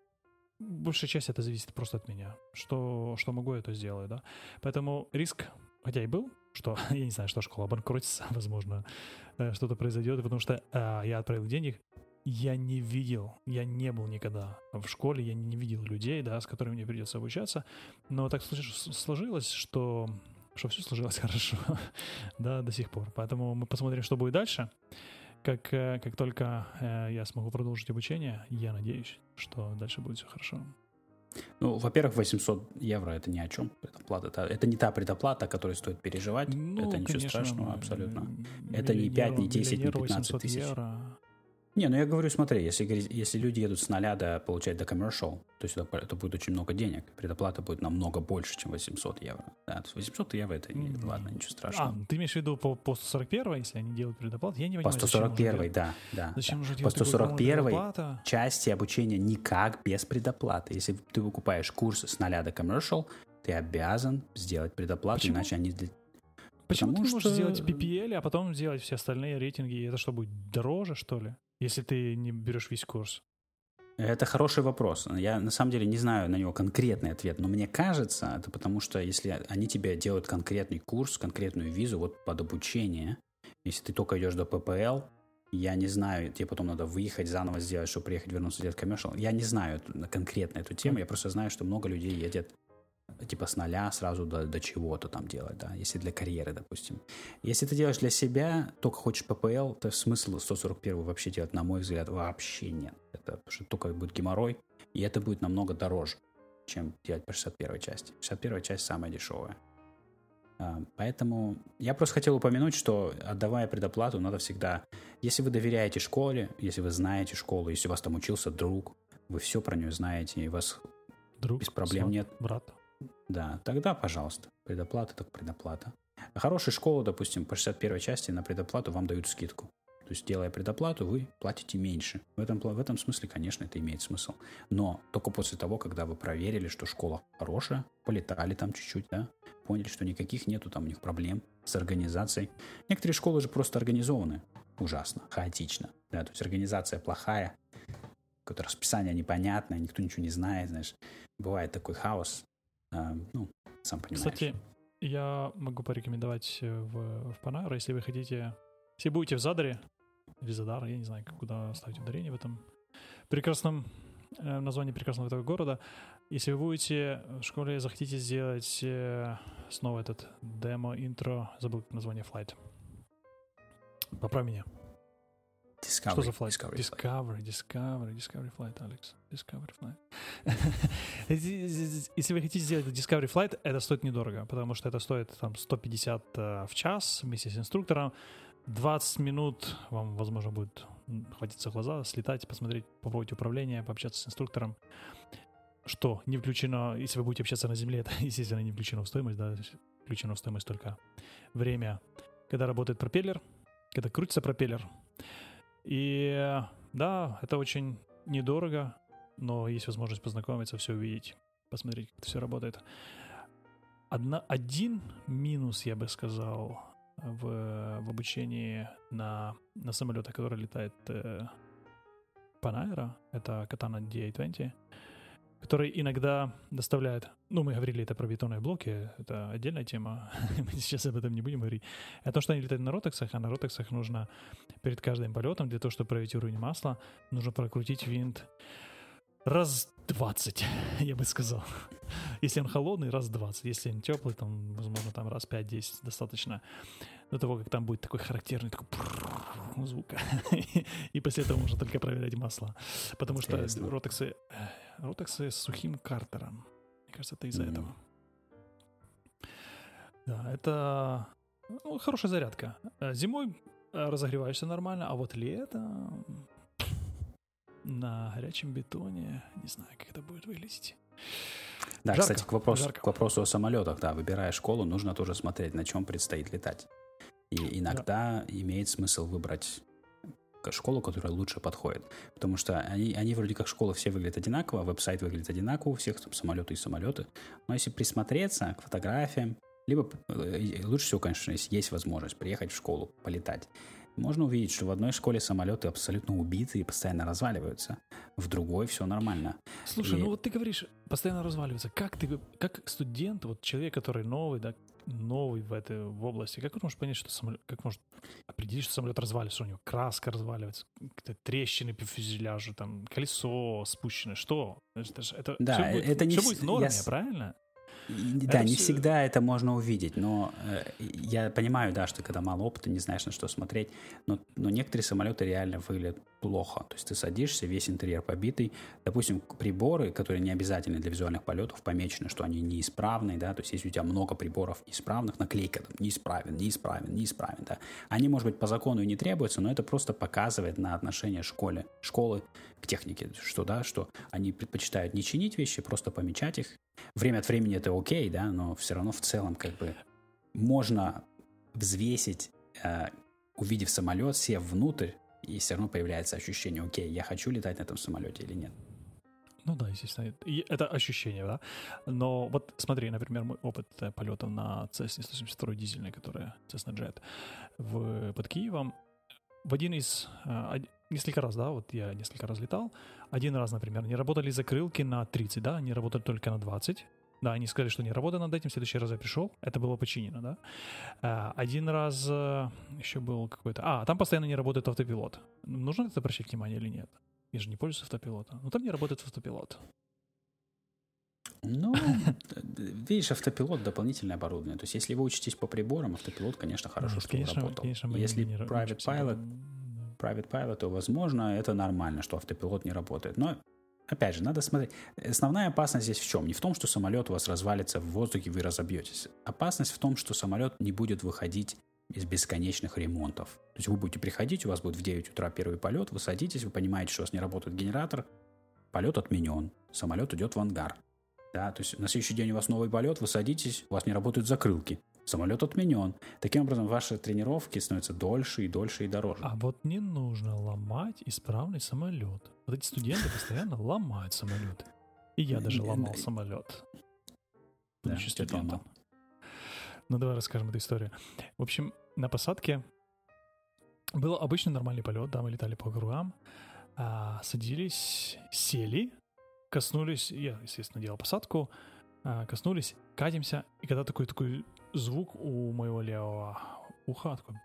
большая часть это зависит просто от меня. Что, что могу, это сделаю, да. Поэтому риск, хотя и был, что я не знаю, что школа обанкротится, возможно, что-то произойдет, потому что а, я отправил денег. Я не видел, я не был никогда в школе, я не видел людей, да, с которыми мне придется обучаться, но так сложилось, что, что все сложилось хорошо, да, до сих пор. Поэтому мы посмотрим, что будет дальше. Как, как только я смогу продолжить обучение, я надеюсь, что дальше будет все хорошо. Ну, во-первых, восемьсот евро это ни о чем. Предоплата. Это, это не та предоплата, которой стоит переживать. Ну, это ничего конечно, страшного абсолютно. Это не пять, не десять, не пятнадцать тысяч. Евро. Не, ну я говорю, смотри, если, если люди едут с ноля до, получать до commercial, то есть это, это будет очень много денег. Предоплата будет намного больше, чем восемьсот евро. Да, то есть восемьсот евро это, mm-hmm. ладно, ничего страшного. А, ты имеешь в виду по, по сто сорок первой, если они делают предоплату? Я не понимаю, по сто сорок первой, да, да. Зачем да. нужно по сто сорок первой части обучения никак без предоплаты. Если ты выкупаешь курс с ноля до commercial, ты обязан сделать предоплату, Почему? Иначе они... Почему Потому ты что... можешь сделать пи пи эл, а потом сделать все остальные рейтинги? И это что, будет дороже, что ли? Если ты не берешь весь курс? Это хороший вопрос. Я на самом деле не знаю на него конкретный ответ, но мне кажется, это потому что если они тебе делают конкретный курс, конкретную визу вот под обучение, если ты только идешь до пи пи эл, я не знаю, тебе потом надо выехать, заново сделать, чтобы приехать, вернуться, сделать commercial. Я не знаю конкретно эту тему, я просто знаю, что много людей едет типа с нуля сразу до, до чего-то там делать, да, если для карьеры, допустим. Если ты делаешь для себя, только хочешь пи пи эл, то смысла сто сорок первую вообще делать, на мой взгляд, вообще нет. Это потому что только будет геморрой, и это будет намного дороже, чем делать по шестьдесят первой части. шестьдесят первая часть самая дешевая. А, поэтому я просто хотел упомянуть, что отдавая предоплату, надо всегда, если вы доверяете школе, если вы знаете школу, если у вас там учился друг, вы все про нее знаете, и у вас друг, без проблем сват, нет. Брат. Да, тогда, пожалуйста, предоплата, так предоплата. А хорошая школа, допустим, по шестьдесят первой части на предоплату вам дают скидку. То есть, делая предоплату, вы платите меньше. В этом, в этом смысле, конечно, это имеет смысл. Но только после того, когда вы проверили, что школа хорошая, полетали там чуть-чуть, да, поняли, что никаких нету там у них проблем с организацией. Некоторые школы же просто организованы ужасно, хаотично. Да, то есть, организация плохая, какое-то расписание непонятное, никто ничего не знает, знаешь. Бывает такой хаос. Uh, ну, сам понимаешь. Кстати, я могу порекомендовать в, в Панайра, если вы хотите, если будете в Задаре, или Задар, я не знаю, куда ставить ударение в этом прекрасном э, названии прекрасного этого города. Если вы будете в школе, захотите сделать э, снова этот демо-интро, забыл название Flight. Поправь меня. Discovery. Что за flight? Discovery, Discovery, Discovery, Discovery Flight, Алекс. Discovery Flight. Если вы хотите сделать Discovery Flight, это стоит недорого, потому что это стоит там сто пятьдесят в час вместе с инструктором. двадцать минут вам, возможно, будет хватить за глаза, слетать, посмотреть, попробовать управление, пообщаться с инструктором. Что не включено, если вы будете общаться на земле, это, естественно, не включено в стоимость, да, включено в стоимость только время, когда работает пропеллер, когда крутится пропеллер. И да, это очень недорого, но есть возможность познакомиться, все увидеть, посмотреть, как это все работает. Одна, один минус, я бы сказал, в, в обучении на, на самолетах, который летает э, Панайра, это Katana ди эй двадцать, который иногда доставляет, ну, мы говорили это про бетонные блоки, это отдельная тема, мы сейчас об этом не будем говорить. Это то, что они летают на ротексах, а на ротексах нужно перед каждым полетом, для того, чтобы проверить уровень масла, нужно прокрутить винт раз двадцать, я бы сказал. Если он холодный, раз двадцать. Если он теплый, там, возможно, там раз пять-десять достаточно до того, как там будет такой характерный такой звук. И после этого можно только проверять масло. Потому что ротексы, ротексы с сухим картером. Мне кажется, это из-за mm-hmm. этого. Да, это ну, хорошая зарядка. Зимой разогреваешься нормально, а вот лето на горячем бетоне, не знаю, как это будет выглядеть. Да, жарко, кстати, к вопросу, жарко. к вопросу о самолетах, да, выбирая школу, нужно тоже смотреть, на чем предстоит летать. И иногда да. имеет смысл выбрать школу, которая лучше подходит. Потому что они, они вроде как школы все выглядят одинаково, веб-сайт выглядит одинаково, у всех там самолеты и самолеты. Но если присмотреться к фотографиям, либо лучше всего, конечно, если есть возможность приехать в школу, полетать, можно увидеть, что в одной школе самолеты абсолютно убиты и постоянно разваливаются, в другой все нормально. Слушай, и... ну вот ты говоришь, постоянно разваливаются. Как ты, как студент, вот человек, который новый, да, новый в этой в области, как ты можешь понять, что самолет, как может определить, что самолет разваливается, что у него краска разваливается, какие-то трещины по фюзеляжу, там, колесо спущено, что? Это, это, да, все будет, это не все будет в норме, я... правильно? И, да, это не все... всегда это можно увидеть, но э, я понимаю, да, что когда мало опыта, не знаешь, на что смотреть, но, но некоторые самолеты реально выглядят плохо. То есть ты садишься, весь интерьер побитый. Допустим, приборы, которые не обязательны для визуальных полетов, помечено, что они неисправные, да, то есть если у тебя много приборов неисправных, наклейка там неисправен, неисправен, неисправен, да, они, может быть, по закону и не требуются, но это просто показывает на отношение школе, школы к технике, что, да, что они предпочитают не чинить вещи, просто помечать их. Время от времени это окей, да, но все равно в целом как бы можно взвесить, э, увидев самолет, сев внутрь, и все равно появляется ощущение, окей, я хочу летать на этом самолете или нет. Ну да, естественно, и это ощущение, да. Но вот смотри, например, мой опыт полетов на Cessna сто семьдесят два дизельной, которая Cessna Jet в, под Киевом, в один из, несколько раз, да, вот я несколько раз летал, один раз, например, не работали закрылки на тридцать, да, они работали только на двадцать, да, они сказали, что не работают над этим, в следующий раз я пришел, это было починено, да. Один раз еще был какой-то, а, там постоянно не работает автопилот. Нужно это обращать внимание или нет? Я же не пользуюсь автопилотом. Но там не работает автопилот. Ну, видишь, автопилот — дополнительное оборудование. То есть, если вы учитесь по приборам, автопилот, конечно, хорошо, Нет, что конечно, работал. конечно, если не private pilot, private pilot, то, возможно, это нормально, что автопилот не работает. Но, опять же, надо смотреть. Основная опасность здесь в чем? Не в том, что самолет у вас развалится в воздухе, вы разобьетесь. Опасность в том, что самолет не будет выходить из бесконечных ремонтов. То есть вы будете приходить, у вас будет в девять утра первый полет, вы садитесь, вы понимаете, что у вас не работает генератор, полет отменен, самолет идет в ангар. Да, то есть на следующий день у вас новый полет, вы садитесь, у вас не работают закрылки, самолет отменен. Таким образом, ваши тренировки становятся дольше и дольше и дороже. А вот не нужно ломать исправный самолет. Вот эти студенты постоянно ломают самолеты. И я даже ломал самолет. Да, что ты ломал? Ну, давай расскажем эту историю. В общем, на посадке был обычный нормальный полет, да, мы летали по кругам, а, садились, сели, коснулись, я, естественно, делал посадку, а, коснулись, катимся, и когда такой такой звук у моего левого уха, такой...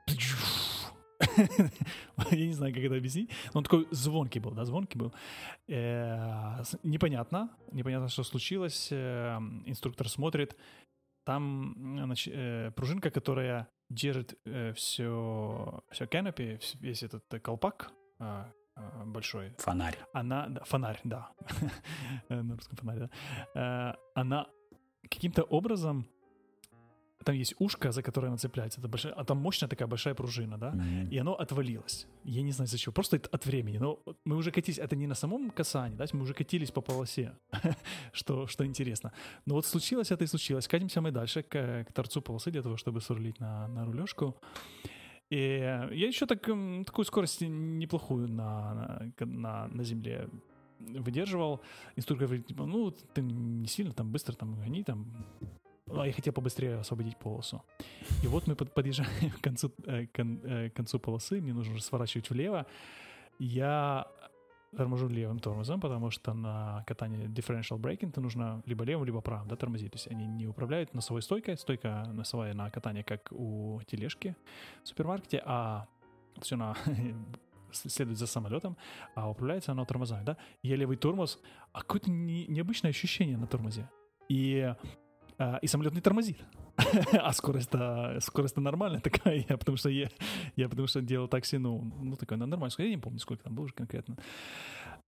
Я не знаю, как это объяснить, но он такой звонкий был, да, звонкий был. Непонятно, непонятно, что случилось, инструктор смотрит, там, значит, э, пружинка, которая держит э, все, все canopy, весь этот э, колпак э, э, большой. Фонарь. Она, да, фонарь, да. На русском фонарь, да. Э, она каким-то образом... Там есть ушко, за которое она цепляется. Это большая, а там мощная такая большая пружина, да? Mm-hmm. И оно отвалилось. Я не знаю, за чего. Просто от времени. Но мы уже катились... Это не на самом касании, да? Мы уже катились по полосе. что, что интересно. Но вот случилось это и случилось. Катимся мы дальше к, к торцу полосы для того, чтобы сверлить на, на рулежку. И я еще так, такую скорость неплохую на, на, на, на земле выдерживал. Инструктор говорит, типа, ну, ты не сильно там быстро там гони, там... А я хотел побыстрее освободить полосу. И вот мы под, подъезжаем к концу, э, кон, э, к концу полосы, мне нужно уже сворачивать влево. Я торможу левым тормозом, потому что на катании differential braking то нужно либо левым, либо правым, да, тормозить. То есть они не управляют носовой стойкой, стойка носовая на катание, как у тележки в супермаркете, а все на... следует за самолетом, а управляется оно тормозами, да. Я левый тормоз, а какое-то не, необычное ощущение на тормозе. И... И самолет не тормозит. А скорость-то, скорость-то нормальная такая, я, потому что я, я потому что делал такси, ну, ну такое, ну, нормально, я не помню, сколько там было уже конкретно.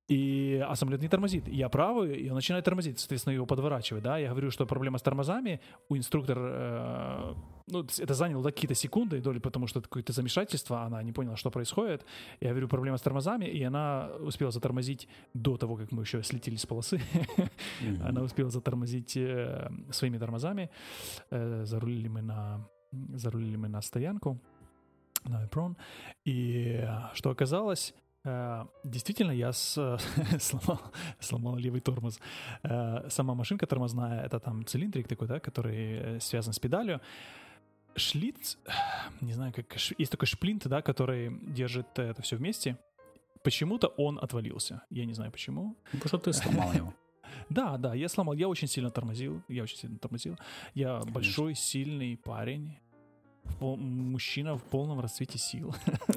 И, а самолет не тормозит. Я правый, и он начинает тормозить, соответственно, его подворачивает, да. Я говорю, что проблема с тормозами. У инструктора, э, ну, это заняло да, какие-то секунды, доли, потому что это какое-то замешательство, она не поняла, что происходит. Я говорю, проблема с тормозами, и она успела затормозить до того, как мы еще слетели с полосы. Mm-hmm. Она успела затормозить э, своими тормозами. Э, зарулили мы на, зарулили мы на стоянку, на Эпрон. И что оказалось... Uh, действительно, я с, сломал, сломал левый тормоз. Uh, сама машинка тормозная, это там цилиндрик такой, да, который связан с педалью. Шлиц, не знаю, как есть такой шплинт, да, который держит это все вместе. Почему-то он отвалился. Я не знаю почему. Потому что ты сломал его. Да, да, я сломал. Я очень сильно тормозил. Я очень сильно тормозил. Я Конечно. большой, сильный парень. Мужчина в полном расцвете сил.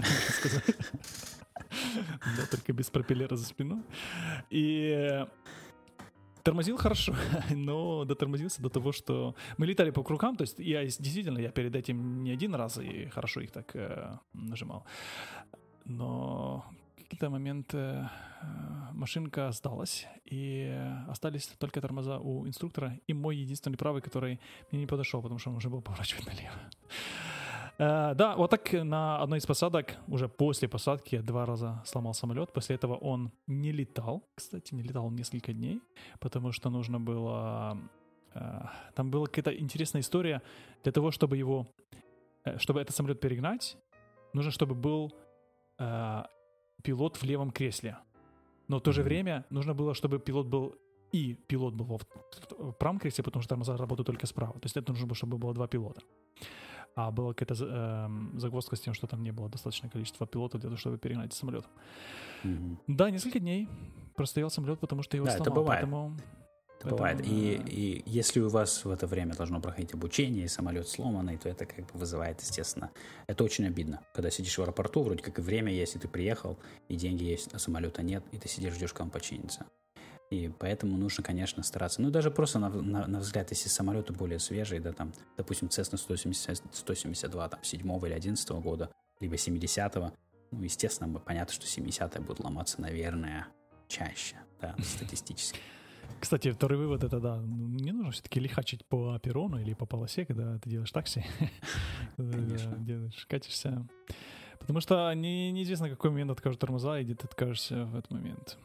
Да, только без пропеллера за спиной. И тормозил хорошо, но дотормозился до того, что мы летали по кругам, то есть я действительно, я перед этим не один раз и хорошо их так э, нажимал. Но в какие-то моменты э, машинка сдалась, и остались только тормоза у инструктора и мой единственный правый, который мне не подошел, потому что он уже был поворачивать налево. Uh, да, вот так на одной из посадок, уже после посадки, два раза сломал самолет. После этого он не летал, кстати, не летал несколько дней, потому что нужно было... Uh, там была какая-то интересная история. Для того, чтобы его... Uh, чтобы этот самолет перегнать, нужно, чтобы был uh, пилот в левом кресле. Но в то же время нужно было, чтобы пилот был... И пилот был в правом кресле, потому что тормоза работают только справа. То есть это нужно было, чтобы было два пилота. А была какая-то э, загвоздка с тем, что там не было достаточное количество пилотов для того, чтобы перегнать самолет. Mm-hmm. Да, несколько дней простоял самолет, потому что его да, сломал. Это бывает. Поэтому, это поэтому, бывает. И, и если у вас в это время должно проходить обучение, и самолет сломанный, то это как бы вызывает, естественно, это очень обидно. Когда сидишь в аэропорту, вроде как и время есть, и ты приехал, и деньги есть, а самолета нет, и ты сидишь, ждешь, когда он починится. И поэтому нужно, конечно, стараться. Ну, даже просто на, на, на взгляд, если самолеты более свежие, да, там, допустим, Cessna сто семьдесят два, там, седьмого или одиннадцатого года, либо семидесятого, ну, естественно, понятно, что семидесятые будут ломаться, наверное, чаще, да, статистически. Кстати, второй вывод — это, да, не нужно все-таки лихачить по перрону или по полосе, когда ты делаешь такси. Конечно. Делаешь, катишься. Потому что не, неизвестно, какой момент откажут тормоза, и где ты откажешься в этот момент.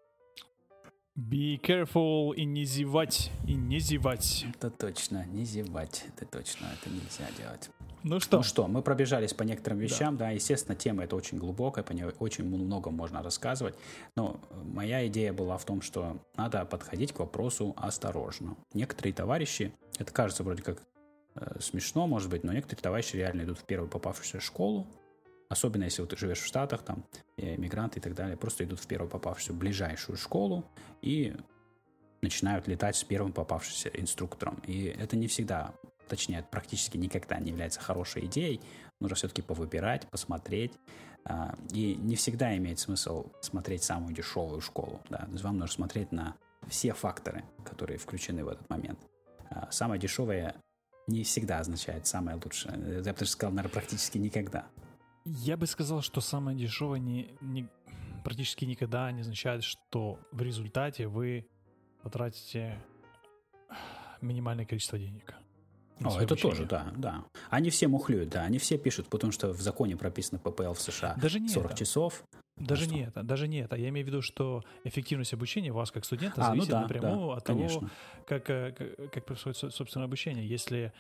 Be careful и не зевать, и не зевать. Это точно, не зевать, это точно, это нельзя делать. Ну что? Ну что, мы пробежались по некоторым вещам, да, да естественно, тема эта очень глубокая, по ней очень много можно рассказывать, но моя идея была в том, что надо подходить к вопросу осторожно. Некоторые товарищи, это кажется вроде как э, смешно, может быть, но некоторые товарищи реально идут в первую попавшуюся школу, особенно если вот ты живешь в Штатах, там, иммигранты и так далее, просто идут в первую попавшуюся ближайшую школу и начинают летать с первым попавшимся инструктором. И это не всегда, точнее, практически никогда не является хорошей идеей. Нужно все-таки повыбирать, посмотреть. И не всегда имеет смысл смотреть самую дешевую школу. Да? То есть вам нужно смотреть на все факторы, которые включены в этот момент. Самое дешевое не всегда означает самое лучшее. Я бы даже сказал, наверное, практически никогда. Я бы сказал, что самое дешевое не, не, практически никогда не означает, что в результате вы потратите минимальное количество денег. О, это обучение. Тоже, да, да. Они все мухлюют, да, они все пишут, потому что в законе прописано ППЛ в США даже не сорок это. часов. Даже а не это, даже не это. Я имею в виду, что эффективность обучения вас как студента а, зависит ну да, напрямую да, от конечно. того, как, как, как происходит собственное обучение. Если,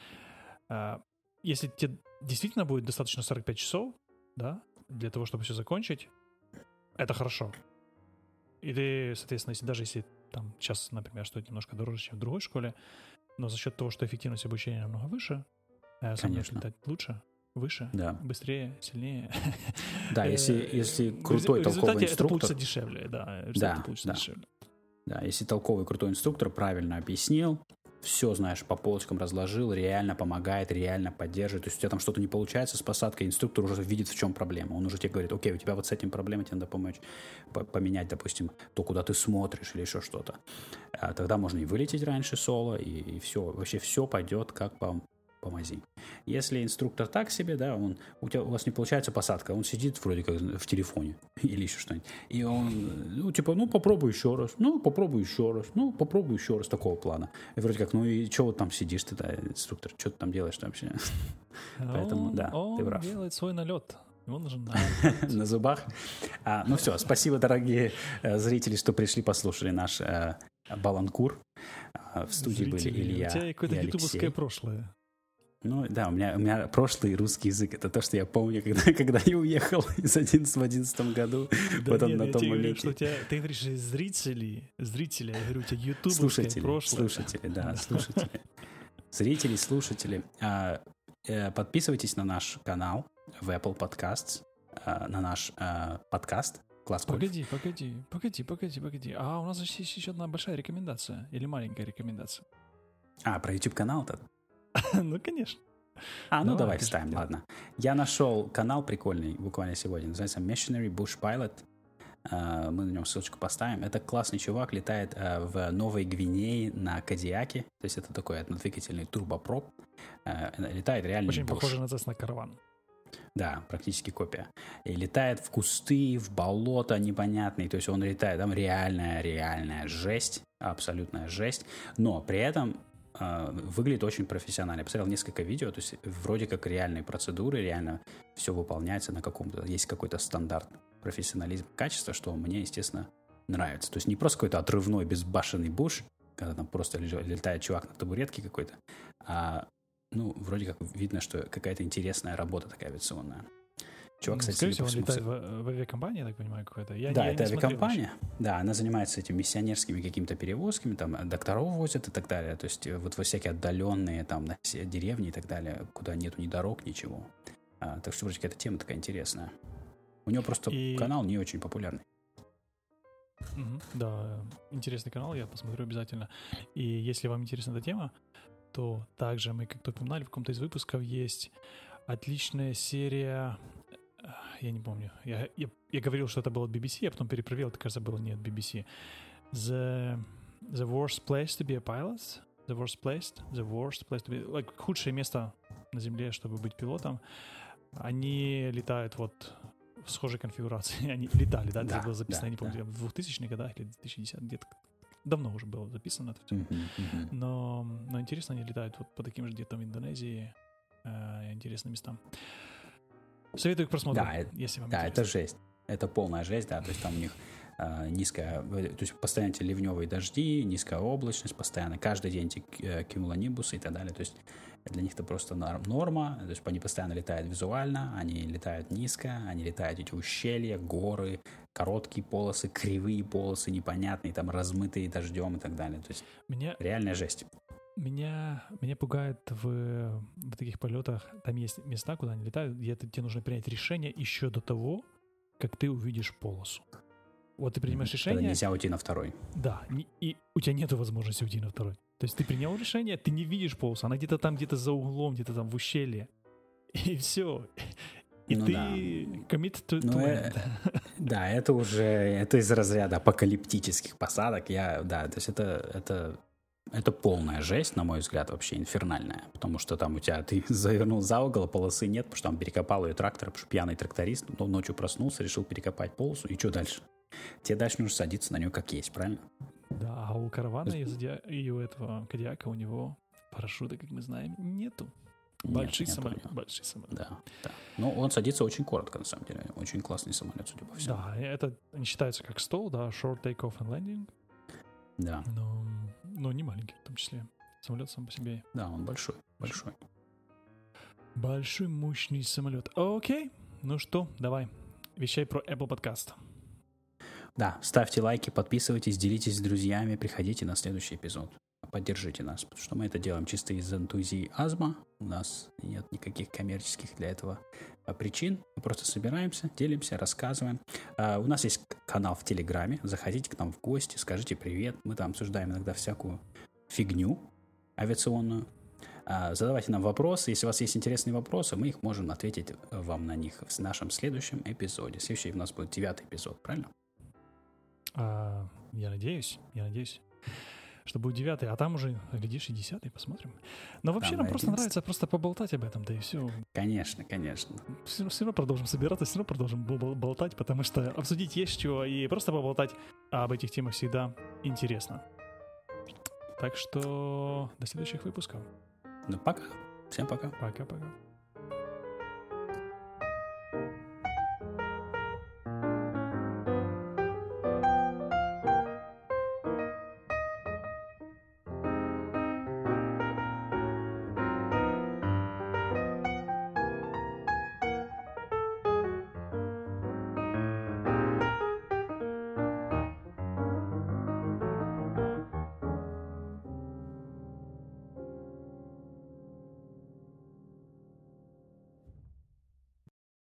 если тебе действительно будет достаточно сорок пять часов, да, для того, чтобы все закончить, это хорошо. И ты, соответственно, если, даже если там сейчас, например, стоит немножко дороже, чем в другой школе, но за счет того, что эффективность обучения намного выше, сам будешь летать лучше, выше, да. быстрее, сильнее. Да, если, если крутой толковый инструктор... это получится дешевле, да. Да, да. дешевле. Да, если толковый крутой инструктор правильно объяснил, все, знаешь, по полочкам разложил, реально помогает, реально поддерживает. То есть у тебя там что-то не получается с посадкой, инструктор уже видит, в чем проблема. Он уже тебе говорит: окей, у тебя вот с этим проблемой, тебе надо помочь поменять, допустим, то, куда ты смотришь или еще что-то. А тогда можно и вылететь раньше соло, и, и все, вообще все пойдет как по, помози. Если инструктор так себе, да, он, у, тебя, у вас не получается посадка, он сидит вроде как в телефоне или еще что-нибудь, и он, ну, типа, ну, попробуй еще раз, ну, попробуй еще раз, ну, попробуй еще раз, такого плана. И вроде как, ну, и что вот там сидишь ты, да, инструктор, что ты там делаешь вообще? Поэтому, да, ты прав. Он делает свой налет. Он нужен на зубах. А, ну все, спасибо, дорогие э, зрители, что пришли, послушали наш э, баланкур. А, в студии зрители, были Илья. У тебя какое-то и ютубовское прошлое. Ну да, у меня, у меня прошлый русский язык. Это то, что я помню, когда, когда я уехал из одиннадцатого в одиннадцатом году. Да вот нет, на я том тебе моменте. говорю, что у тебя, ты говоришь зрители, зрители, я говорю, у тебя ютубовское слушатели, прошлое. Слушатели, да, слушатели. Зрители, слушатели. А, э, подписывайтесь на наш канал в Apple Podcasts, э, на наш э, подкаст «Класс Кольф». Погоди, погоди, погоди, погоди, погоди. А у нас же есть еще одна большая рекомендация или маленькая рекомендация? А, про YouTube-канал-то? Ну, конечно. А, ну давай вставим, ладно. Я нашел канал прикольный буквально сегодня, называется Missionary Bush Pilot. Uh, мы на нем ссылочку поставим. Это классный чувак, летает uh, в Новой Гвинее на Кадиаке. То есть это такой однодвигательный турбопроп. Uh, летает реально. Очень Bush. похоже на Cessna Caravan. Да, практически копия. И летает в кусты, в болото непонятные. То есть он летает, там реальная, реальная жесть. Абсолютная жесть. Но при этом Uh, выглядит очень профессионально. Я посмотрел несколько видео, то есть вроде как реальные процедуры, реально все выполняется на каком-то, есть какой-то стандарт профессионализм, качества, что мне, естественно, нравится. То есть не просто какой-то отрывной безбашенный буш, когда там просто летает чувак на табуретке какой-то, а ну, вроде как видно, что какая-то интересная работа такая авиационная. Чувак, кстати, скорее всего, он летает в, в авиакомпании, я так понимаю, какой-то. Я, да, я это авиакомпания. Да, она занимается этими миссионерскими какими-то перевозками, там докторов возят и так далее. То есть вот во всякие отдаленные там деревни и так далее, куда нету ни дорог, ничего. А, так что вроде какая-то тема такая интересная. У него просто и... канал не очень популярный. Mm-hmm. Да, интересный канал, я посмотрю обязательно. И если вам интересна эта тема, то также мы, как только упоминали, в каком-то из выпусков есть отличная серия. Я не помню. Я, я, я говорил, что это было от би би си, я потом перепроверил, это, кажется, было не от би би си. The, the worst place to be a pilot. The worst place. The worst place to be... Like, худшее место на Земле, чтобы быть пилотом. Они летают вот в схожей конфигурации. Они летали, да? Да, это было записано, да, я не помню, да. в двухтысячных годах или в две тысячи десятых, где-то давно уже было записано это все. Uh-huh, uh-huh. Но, но интересно, они летают вот по таким же где-то в Индонезии. Э, интересным местам. Советую к просмотру, да, если вам да, интересно. это жесть. Это полная жесть, да, то есть там у них э, низкая, то есть постоянно эти ливневые дожди, низкая облачность, постоянно каждый день эти э, кюмулонибусы и так далее, то есть для них это просто норма, то есть они постоянно летают визуально, они летают низко, они летают эти ущелья, горы, короткие полосы, кривые полосы, непонятные, там размытые дождем и так далее, то есть Меня... реальная жесть. Меня, меня пугает в, в таких полетах, там есть места, куда они летают, где тебе нужно принять решение еще до того, как ты увидишь полосу. Вот ты принимаешь решение... Когда нельзя уйти на второй. Да, не, и у тебя нет возможности уйти на второй. То есть ты принял решение, ты не видишь полосу, она где-то там, где-то за углом, где-то там в ущелье. И все. И ну, ты да. commit to, ну, to э, end. Да, это уже это из разряда апокалиптических посадок. Я, да, то есть это... это... Это полная жесть, на мой взгляд, вообще инфернальная. Потому что там у тебя ты завернул за угол, полосы нет, потому что там перекопал ее трактор, потому что пьяный тракторист ну, ночью проснулся, решил перекопать полосу. И что дальше? Тебе дальше нужно садиться на нее как есть, правильно? Да, а у каравана и у этого Кадиака у него парашюта, как мы знаем, нету. Большой нет, самолет. Нет, большой самолет. Да, да. Но он садится очень коротко, на самом деле. Очень классный самолет, судя по всему. Да, это не считается как стол, да, short take-off and landing. Да. Но, но не маленький в том числе. Самолет сам по себе. Да, он большой, большой. Большой, мощный самолет. Окей, ну что, давай, вещай про Apple Podcast. Да, ставьте лайки, подписывайтесь, делитесь с друзьями, приходите на следующий эпизод. Поддержите нас, потому что мы это делаем чисто из энтузиазма. У нас нет никаких коммерческих для этого причин. Мы просто собираемся, делимся, рассказываем. Uh, у нас есть канал в Телеграме. Заходите к нам в гости, скажите привет. Мы там обсуждаем иногда всякую фигню авиационную. Uh, задавайте нам вопросы. Если у вас есть интересные вопросы, мы их можем ответить вам на них в нашем следующем эпизоде. Следующий у нас будет девятый эпизод, правильно? А, я надеюсь, я надеюсь. что будет девятый, а там уже, глядишь, и десятый, посмотрим. Но вообще Там нам и просто одиннадцатый. нравится просто поболтать об этом, да и все. Конечно, конечно. Все, все равно продолжим собираться, все равно продолжим бол- болтать, потому что обсудить есть чего, и просто поболтать об этих темах всегда интересно. Так что до следующих выпусков. Ну, пока. Всем пока. Пока-пока.